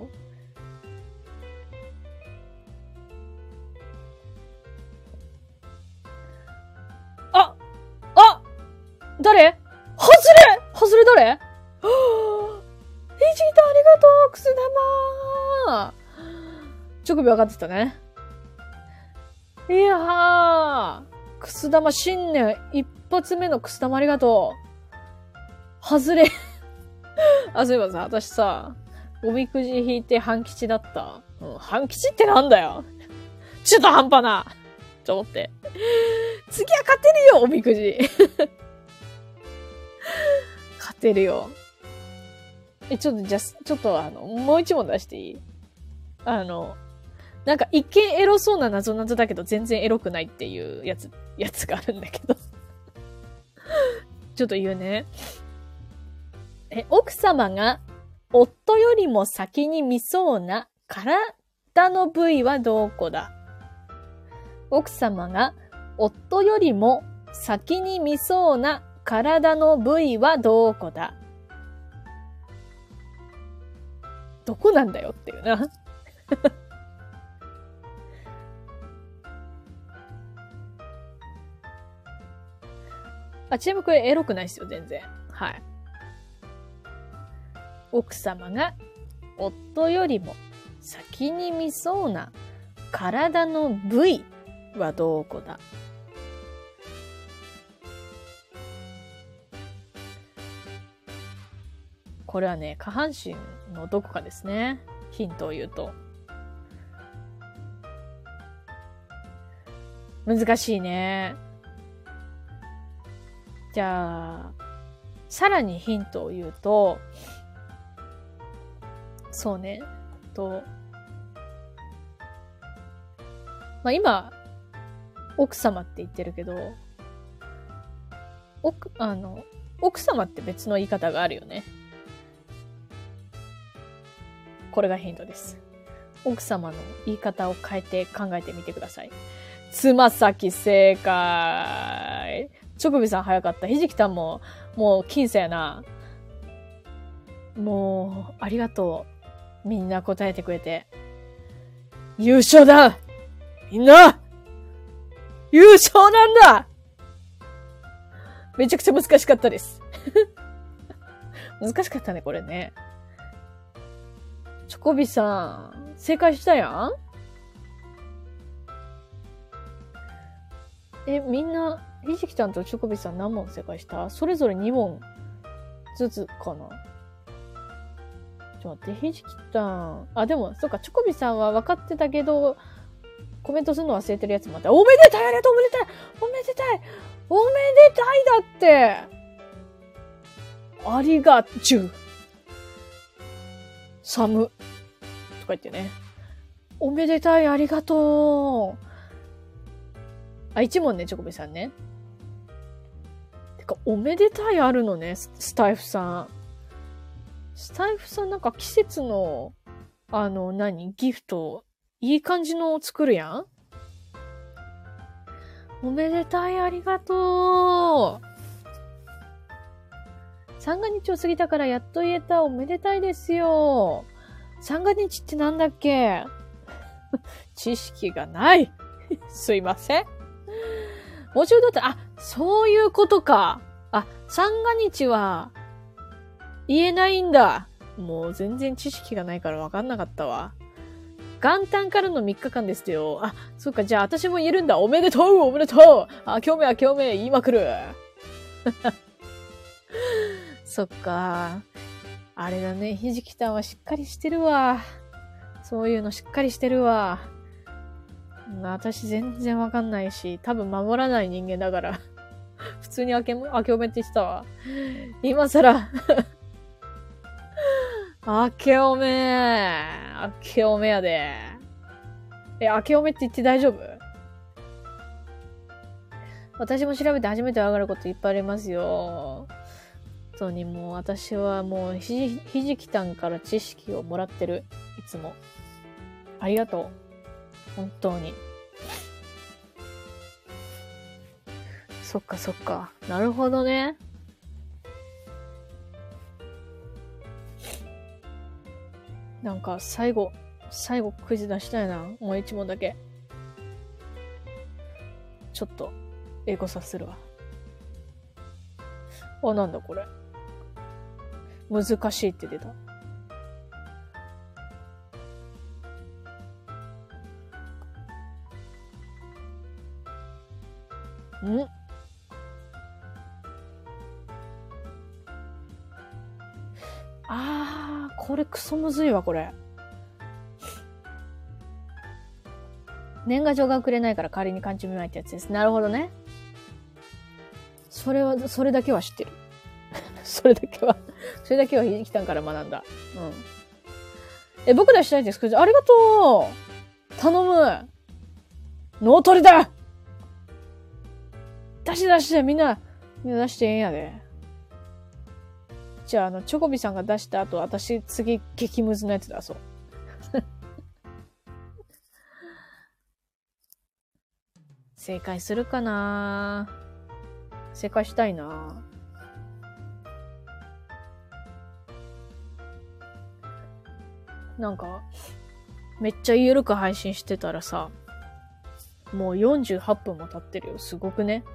誰？外れ誰？ひじきたんありがとう、くす玉。チョコビ分かってたね。いやー、くす玉新年一発目のくす玉ありがとう。外れ。そういえばさ、私さ、おみくじ引いて半吉だった。半吉ってなんだよ。ちょっと半端な。と思って。次は勝てるよ、おみくじ。勝てるよ。ちょっともう一問出していい？なんか一見エロそうな謎々だけど全然エロくないっていうやつがあるんだけど。ちょっと言うね。奥様が夫よりも先に見そうな体の部位はどこだ？奥様が夫よりも先に見そうな体の部位はどこだ？どこなんだよっていうな。ちなみにこれエロくないですよ、全然。はい。奥様が夫よりも先に見そうな体の部位はどこだ？これはね、下半身のどこかですね。ヒントを言うと。難しいね。じゃあ、さらにヒントを言うと、そうね、今、奥様って言ってるけど、奥様って別の言い方があるよね。これがヒントです。奥様の言い方を変えて考えてみてください。つま先正解。チョコビさん早かった。ひじきたんも、もう僅差やな。もう、ありがとう。みんな答えてくれて。優勝だ！みんな！優勝なんだ！めちゃくちゃ難しかったです。難しかったね、これね。チョコビさん、正解したやん？みんな、ひじきちゃんとチョコビさん何問正解した？それぞれ2問ずつかな？ちょっと待って、ひじきちゃん。でも、そうか、チョコビさんは分かってたけど、 コメントするの忘れてるやつまた、おめでたい、ありがとう、おめでたい、おめでたい、おめでたいだって。ありがちゅう。サム。とか言ってね。おめでたい、ありがとう。あ、一問ね、チョコベさんね。てか、おめでたいあるのね、スタイフさん。スタイフさんなんか季節の、ギフト、いい感じの作るやん？おめでたい、ありがとう。三が日を過ぎたからやっと言えた、おめでたいですよ。三が日ってなんだっけ？知識がない。すいません。もうちょいだったら、あ、そういうことか。あ、三が日は言えないんだ。もう全然知識がないから分かんなかったわ。元旦からの3日間ですよ。あ、そっか、じゃあ私も言えるんだ。おめでとう、おめでとう。あ、今日は今日言いまくる。そっか。あれだね、ひじきたんはしっかりしてるわ。そういうのしっかりしてるわ。私全然わかんないし、多分守らない人間だから。普通に明けおめって言ってたわ。今更。明けおめやで。明けおめって言って大丈夫？私も調べて初めてわかることいっぱいありますよ。本当にもう私はもうひじきたんから知識をもらってる。いつも。ありがとう。本当に。そっかそっか。なるほどね。なんか最後クイズ出したいな。もう一問だけ。ちょっとエゴサするわ。あ、なんだこれ。難しいって出た。これクソむずいわ、これ。年賀状が送れないから代わりに漢字見舞いってやつです。なるほどね。それだけは知ってる。それだけはひじきたんから学んだ。うん。僕らしたいです。ありがとう！頼む！脳トレだ！出してみんな出してええんやで。じゃあ、チョコビさんが出した後、私、次、激ムズのやつ出そう。正解するかな？正解したいな。なんか、めっちゃゆるく配信してたらさ、もう48分も経ってるよ。すごくね。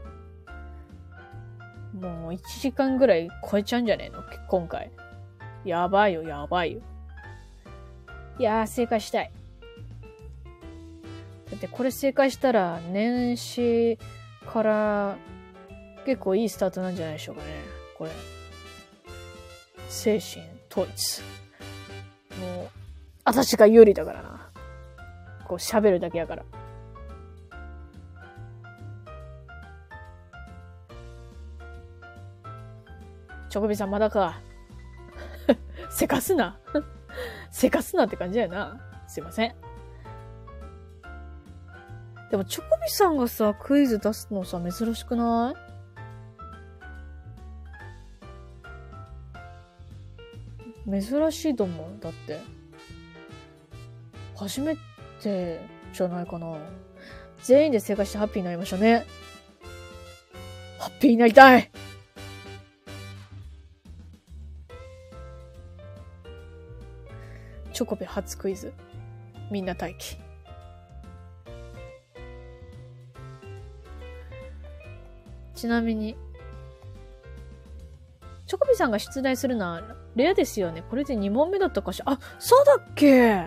もう1時間ぐらい超えちゃうんじゃねえの？今回。やばいよ、やばいよ。いやー、正解したい。だってこれ正解したら、年始から結構いいスタートなんじゃないでしょうかね。これ。精神統一。もう、私が有利だからな。こう喋るだけやから。チョコビさんまだか。せかすな。せかすなって感じやな。すいません。でもチョコビさんがさ、クイズ出すのさ、珍しくない？珍しいと思う。だって。初めてじゃないかな。全員で正解してハッピーになりましょうね。ハッピーになりたい！チョコビ初クイズ。みんな待機。ちなみに、チョコビさんが出題するのはレアですよね。これで2問目だったかしら。あ、そうだっけ？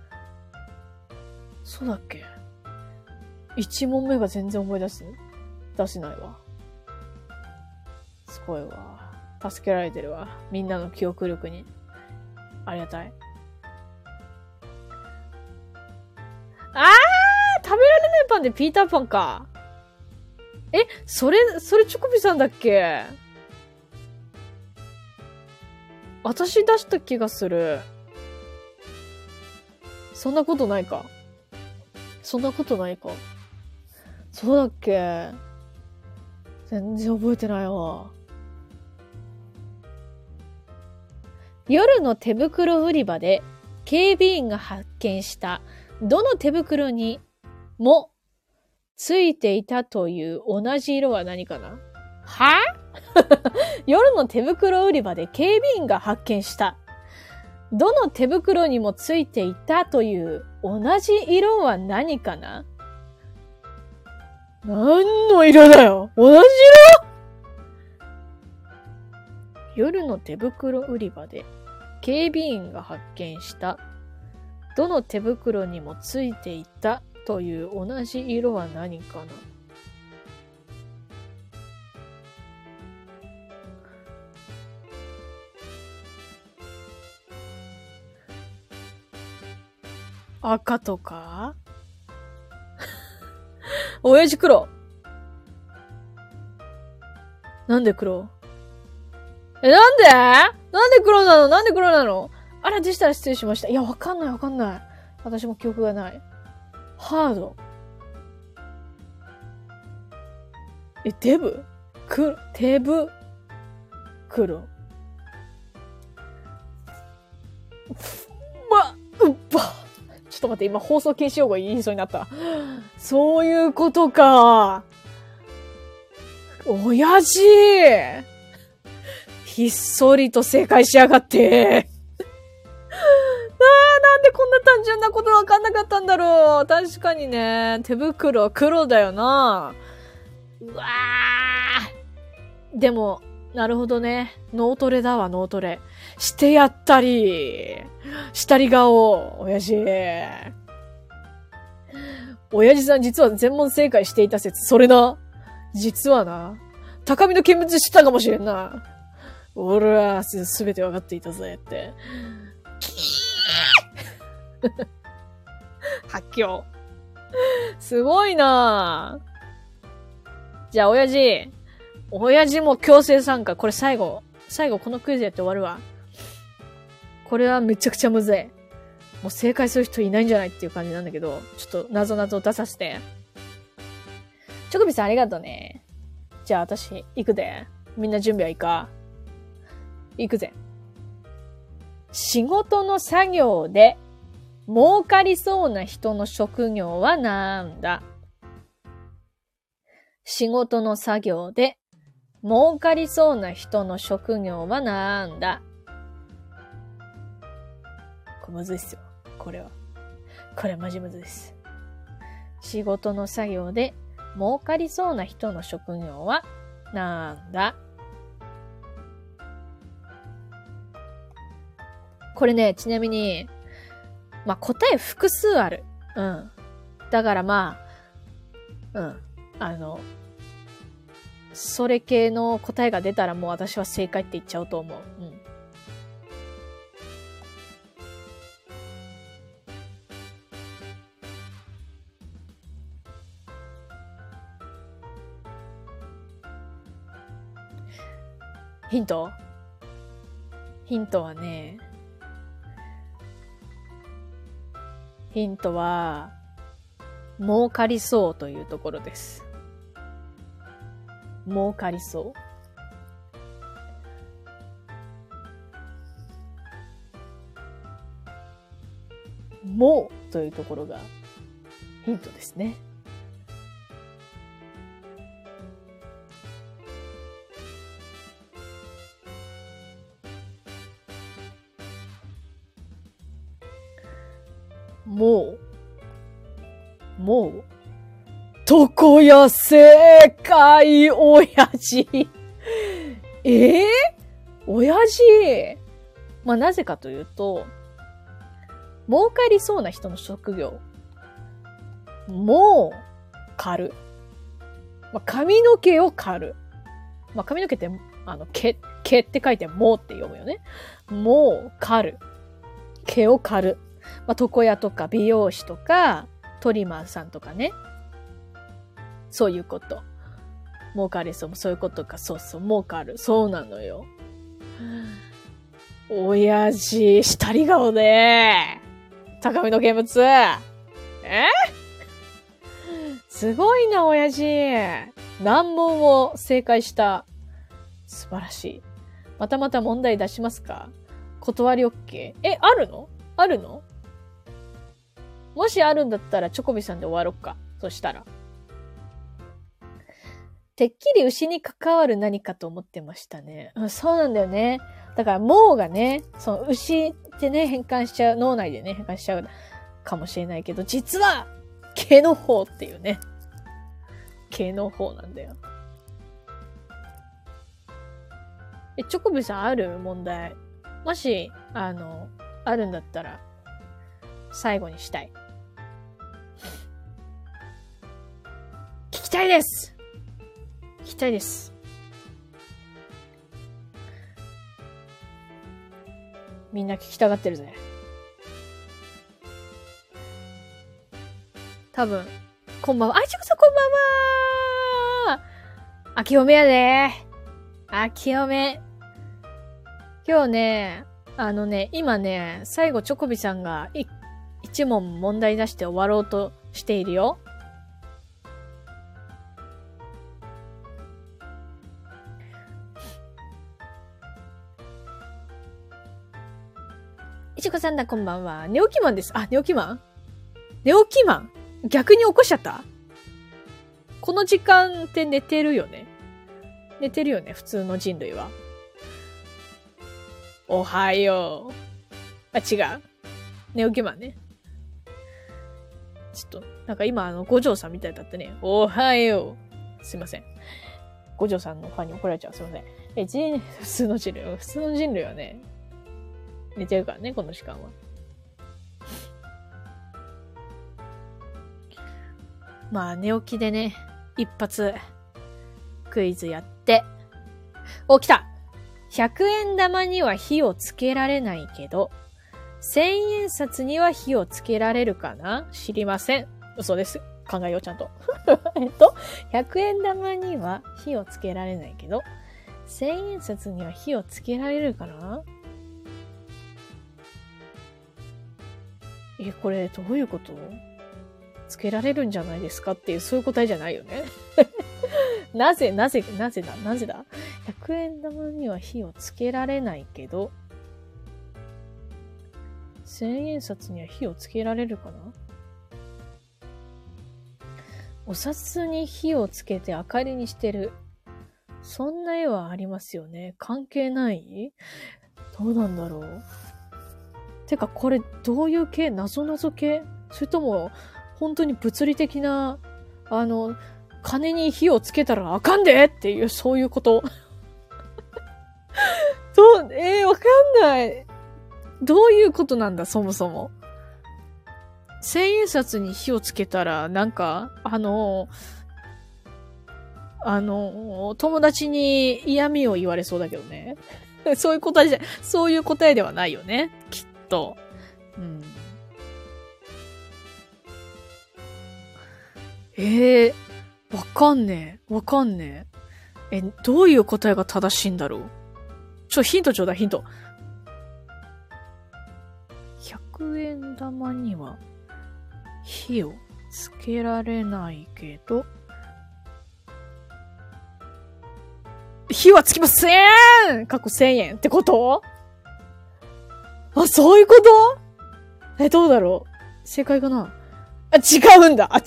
そうだっけ？ 1 問目が全然思い出せないわ。すごいわ。助けられてるわ。みんなの記憶力に。ありがたい。食べられパンでピーターパンか。それチョコビさんだっけ？私出した気がする。そんなことないか。そうだっけ？全然覚えてないわ。夜の手袋売り場で警備員が発見したどの手袋にもついていたという同じ色は何かな？は夜の手袋売り場で警備員が発見したどの手袋にもついていたという同じ色は何かな？何の色だよ？同じ色？夜の手袋売り場で警備員が発見したどの手袋にもついていたという同じ色は何かな？赤とか親父黒。なんで黒？なんで黒なの？あら、でしたら失礼しました。いや、わかんない。私も記憶がない。ハード。デブ？テブ？黒。ちょっと待って、今放送禁止用語言いそうになった。そういうことか。親父！ひっそりと正解しやがって。なんでこんな単純なことわかんなかったんだろう。確かにね、手袋、黒だよな。うわー。でも、なるほどね。脳トレだわ、脳トレ。してやったり。したり顔、親父。親父さん実は全問正解していた説、それな。実はな。高みの見物したかもしれんな。俺はすべて分かっていたぜって。発狂。すごいなぁ。じゃあ、親父も強制参加。これ最後このクイズやって終わるわ。これはめちゃくちゃむずい。もう正解する人いないんじゃないっていう感じなんだけど、ちょっと謎々を出させて。チョコビさんありがとうね。じゃあ私、行くで。みんな準備はいいか？行くぜ。仕事の作業で儲かりそうな人の職業はなんだ？仕事の作業で儲かりそうな人の職業はなんだ？これむずいっすよ。これマジむずいっす。仕事の作業で儲かりそうな人の職業はなんだ？これね、ちなみに、答え複数ある。うん。だからそれ系の答えが出たらもう私は正解って言っちゃうと思う。うん。ヒントはね、儲かりそうというところです。儲かりそう。もうというところがヒントですね。もう、床屋正解、親父。親父。なぜかというと、儲かりそうな人の職業。もう、刈る。髪の毛を刈る。髪の毛って、毛って書いてもうって読むよね。もう、刈る。毛を刈る。床屋とか美容師とかトリマーさんとかね。 そういうこと。儲かりそう。そういうことか。そうそう。儲かる。そうなのよ。親父、下り顔で、高みの見物。すごいな、親父。難問を正解した。素晴らしい。またまた問題出しますか？断り OK？ あるの？あるの？もしあるんだったらチョコビさんで終わろっか。そしたら。てっきり牛に関わる何かと思ってましたね。そうなんだよね。だから、毛がね、その牛ってね、変換しちゃう、脳内でね、変換しちゃうかもしれないけど、実は、毛の方っていうね。毛の方なんだよ。チョコビさんある問題。もし、あるんだったら、最後にしたい。聞きたいです！聞きたいです。みんな聞きたがってるぜ。多分、こんばんは。ちこさんこんばんは。あきおめやで。あきおめ。今日ね、今ね、最後チョコビさんが一問問題出して終わろうとしているよ。いちこさんだ、こんばんは。寝起きマンです。あ、寝起きマン？寝起きマン？逆に起こしちゃった？この時間って寝てるよね。寝てるよね、普通の人類は。おはよう。あ、違う。寝起きマンね。ちょっと、なんか今五条さんみたいだったね。おはよう。すいません。五条さんのファンに怒られちゃう。すいません。普通の人類はね、寝てるからね、この時間は。まあ、寝起きでね、一発、クイズやって。お、来た！ 100 円玉には火をつけられないけど、1000円札には火をつけられるかな？知りません。嘘です。考えよう、ちゃんと。100円玉には火をつけられないけど、1000円札には火をつけられるかな？これどういうこと？つけられるんじゃないですかっていう、そういう答えじゃないよね。なぜだ ?100 円玉には火をつけられないけど、1000円札には火をつけられるかな？お札に火をつけて明かりにしてる。そんな絵はありますよね。関係ない？どうなんだろう。てか、これどういう系？謎系？それとも、本当に物理的な、金に火をつけたらあかんでっていう、そういうこと。わかんない。どういうことなんだ、そもそも。千円札に火をつけたら、なんか、友達に嫌味を言われそうだけどね。そういう答えではないよね。きっと。うん。わかんねえ。どういう答えが正しいんだろう？ヒントちょうだい、ヒント。100円玉には火をつけられないけど、火はつきません！過去1000円ってこと？あ、そういうこと？どうだろう？正解かな？違うんだ。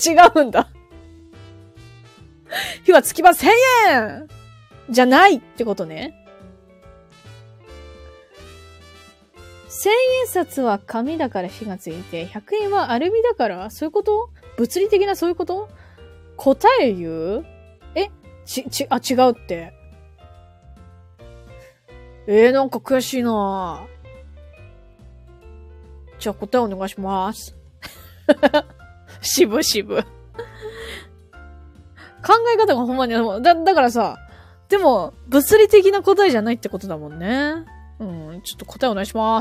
火はつきません円じゃないってことね。1000円札は紙だから火がついて、100円はアルミだから、そういうこと？物理的なそういうこと？答え言う？違うって。なんか悔しいなぁ。じゃあ答えお願いします。渋々。考え方がほんまに、だからさ、でも、物理的な答えじゃないってことだもんね。ちょっと答えお願いします。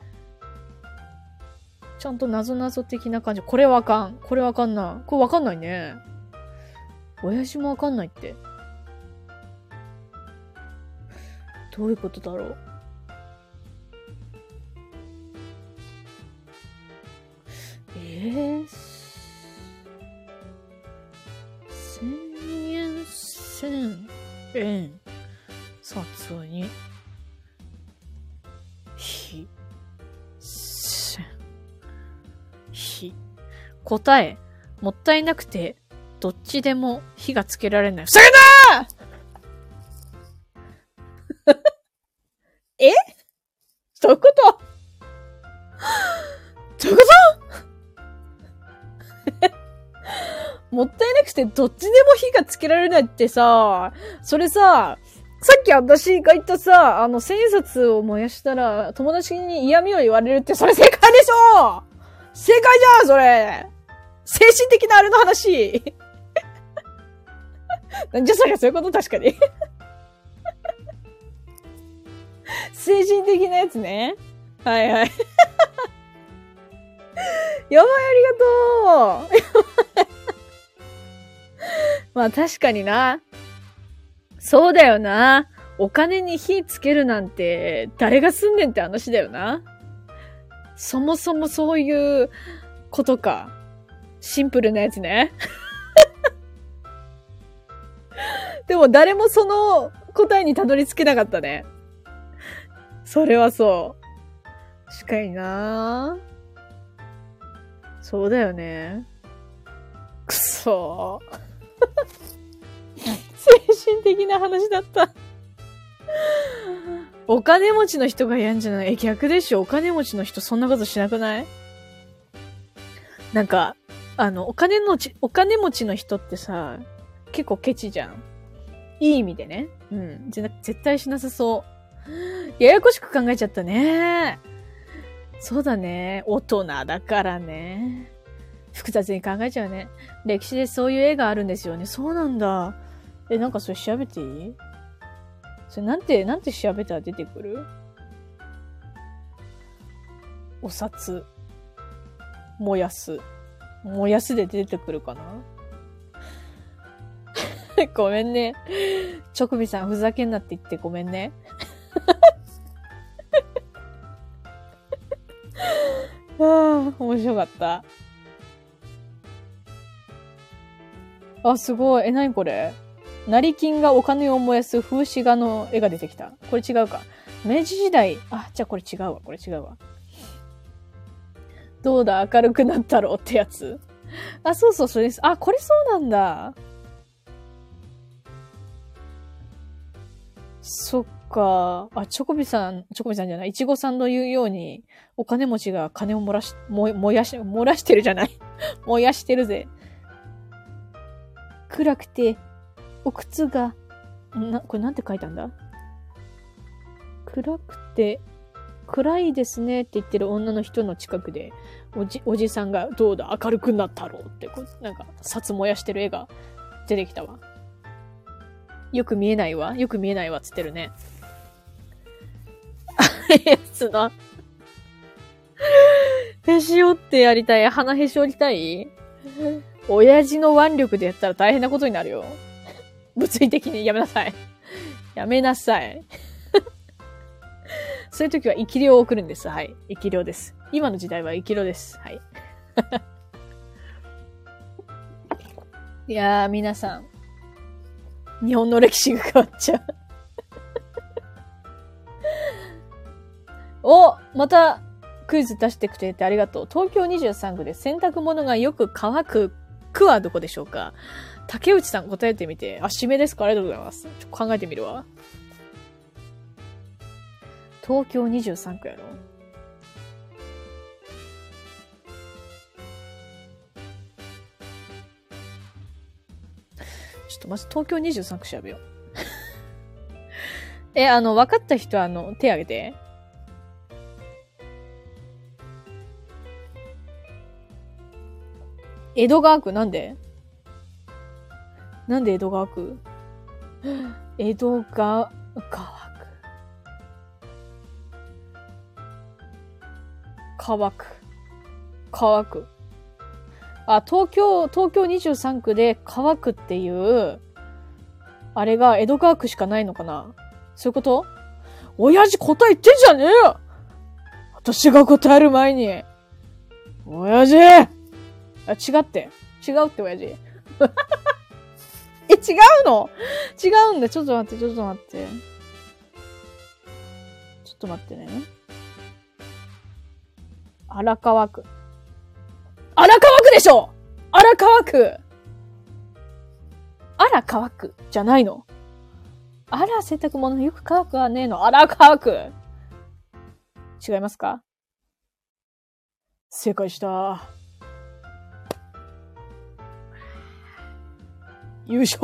ちゃんと謎的な感じ。これわかんないね。 親父もわかんないって。どういうことだろう。千円千円札にひ千ひ答えもったいなくてどっちでも火がつけられない。ふざけんなーえどういうことどういうこともったいなくてどっちでも火がつけられないってさ、それさ、さっき私が言ったさ、千円札を燃やしたら友達に嫌味を言われるってそれ正解でしょ正解じゃんそれ精神的なあれの話なんじゃそりゃそういうこと確かに精神的なやつね。はいはい。やばいありがとうまあ確かにな。そうだよな。お金に火つけるなんて誰がすんねんって話だよな。そもそもそういうことか。シンプルなやつね。でも誰もその答えにたどり着けなかったね。それはそう。確かにな。そうだよね。くそー。精神的な話だった。お金持ちの人がやんじゃない？逆でしょ。お金持ちの人そんなことしなくない？なんか、お金持ちの人ってさ、結構ケチじゃん。いい意味でね。うん。絶対しなさそう。ややこしく考えちゃったね。そうだね。大人だからね。複雑に考えちゃうね。歴史でそういう絵があるんですよね。そうなんだ。なんかそれ調べていい？それなんて調べたら出てくる？お札。燃やすで出てくるかなごめんね。チョコビさんふざけんなって言ってごめんね。面白かった。あ、すごい。何これ？成金がお金を燃やす風刺画の絵が出てきた。これ違うか。明治時代。あ、じゃあこれ違うわ。これ違うわ。どうだ明るくなったろうってやつ。あ、そうそう、それです。あ、これそうなんだ。そっか。あ、チョコビさんじゃない。いちごさんの言うように、お金持ちが金を燃やしてるじゃない。燃やしてるぜ。暗くて、お靴が、これなんて書いたんだ？暗くて、暗いですねって言ってる女の人の近くで、おじさんがどうだ明るくなったろうって、なんか、札燃やしてる絵が出てきたわ。よく見えないわつってるね。やつな。へし折ってやりたい。鼻へし折りたい？親父の腕力でやったら大変なことになるよ。物理的にやめなさい。やめなさい。そういう時は生き量を送るんです。はい。生き量です。今の時代は生き量です。はい。いやー、皆さん。日本の歴史が変わっちゃう。お、またクイズ出してくれてありがとう。東京23区で洗濯物がよく乾く区はどこでしょうか？竹内さん答えてみて。あ、締めですか？ありがとうございます。考えてみるわ。東京23区やろ？ちょっとまず東京23区調べよう。分かった人は手挙げて。江戸川区なんで江戸川区？江戸川区。川区。 あ、東京23区で川区っていう、あれが江戸川区しかないのかな？そういうこと？親父答え言ってんじゃねえよ！私が答える前に。親父！あ、違うって親父。え、違うの？違うんだ。ちょっと待って。ちょっと待ってね。荒川区。荒川区でしょ！荒川区！荒川区じゃないの？あら、洗濯物よく乾くはねえの。荒川区。違いますか？正解した。優勝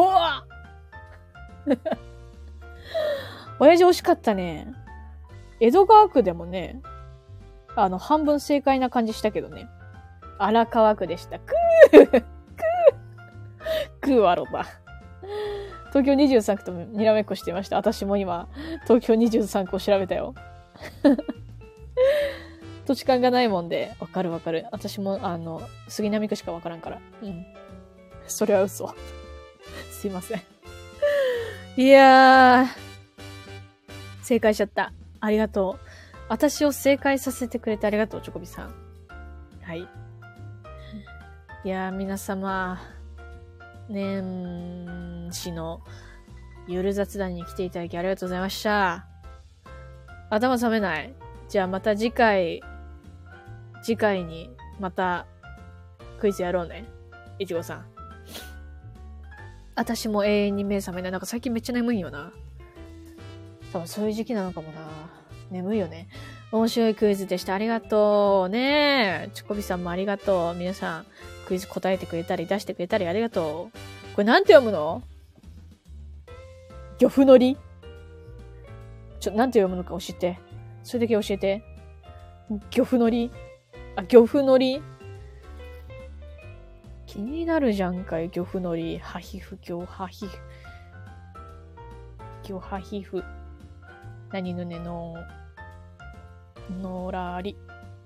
親父惜しかったね。江戸川区でもね、半分正解な感じしたけどね。荒川区でした。くーわろば。東京23区とにらめっこしていました。私も今、東京23区を調べたよ。土地勘がないもんで、わかる。私も、杉並区しかわからんから。うん。それは嘘。すいません。いやー、正解しちゃった。ありがとう。私を正解させてくれてありがとう、チョコビさん。はい。いやー、皆様、年始の夜雑談に来ていただきありがとうございました。頭冷めない？じゃあまた次回にまたクイズやろうね。いちごさん。私も永遠に目覚めない。なんか最近めっちゃ眠いよな。多分そういう時期なのかもな。眠いよね。面白いクイズでした。ありがとう。ねえ。チョコビさんもありがとう。皆さん、クイズ答えてくれたり出してくれたりありがとう。これなんて読むの？漁夫のり？なんて読むのか教えて。それだけ教えて。漁夫のり？あ、漁夫のり？気になるじゃんかい、漁夫のり。はひふ、漁はひふ。漁はひふ。何ぬねの、のらり。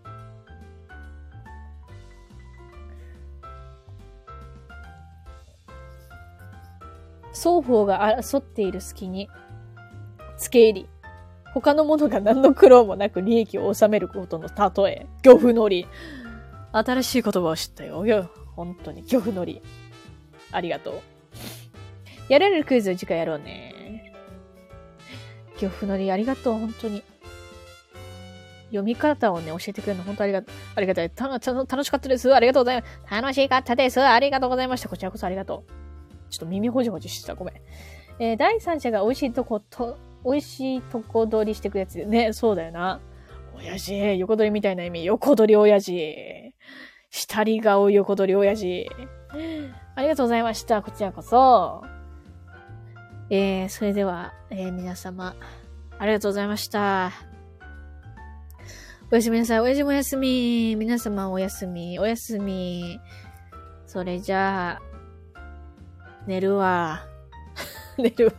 双方が争っている隙に、付け入り。他の者が何の苦労もなく利益を収めることの例え。漁夫のり。新しい言葉を知ったよ。本当に。漁夫のり。ありがとう。やれるクイズを次回やろうね。漁夫のりありがとう。本当に。読み方をね、教えてくれるの本当ありがたい。楽しかったです。ありがとうございます。楽しかったです。ありがとうございました。こちらこそありがとう。ちょっと耳ほじほじしてた。ごめん。第三者が美味しいとこ取りしてくやつね。そうだよな。親父。横取りみたいな意味。横取り親父。下り顔横取り親父。ありがとうございました。こちらこそ。それでは、皆様、ありがとうございました。おやすみなさい。親父もおやすみ。皆様おやすみ。おやすみ。それじゃあ、寝るわ。寝る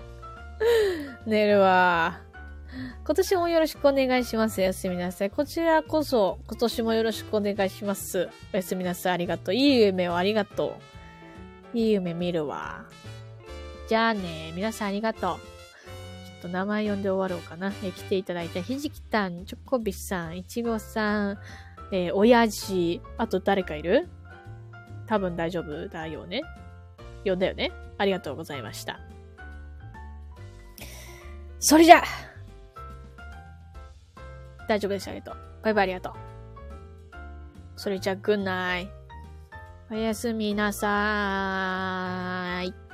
わ。今年もよろしくお願いします。おやすみなさい。こちらこそ、今年もよろしくお願いします。おやすみなさい。ありがとう。いい夢をありがとう。いい夢見るわ。じゃあね。皆さんありがとう。ちょっと名前呼んで終わろうかな。来ていただいたひじきたん、チョコビさん、いちごさん、親父、あと誰かいる？多分大丈夫だよね。呼んだよね。ありがとうございました。それじゃあ大丈夫です。ありがとう。バイバイありがとう。それじゃあ、グッナイ。おやすみなさーい。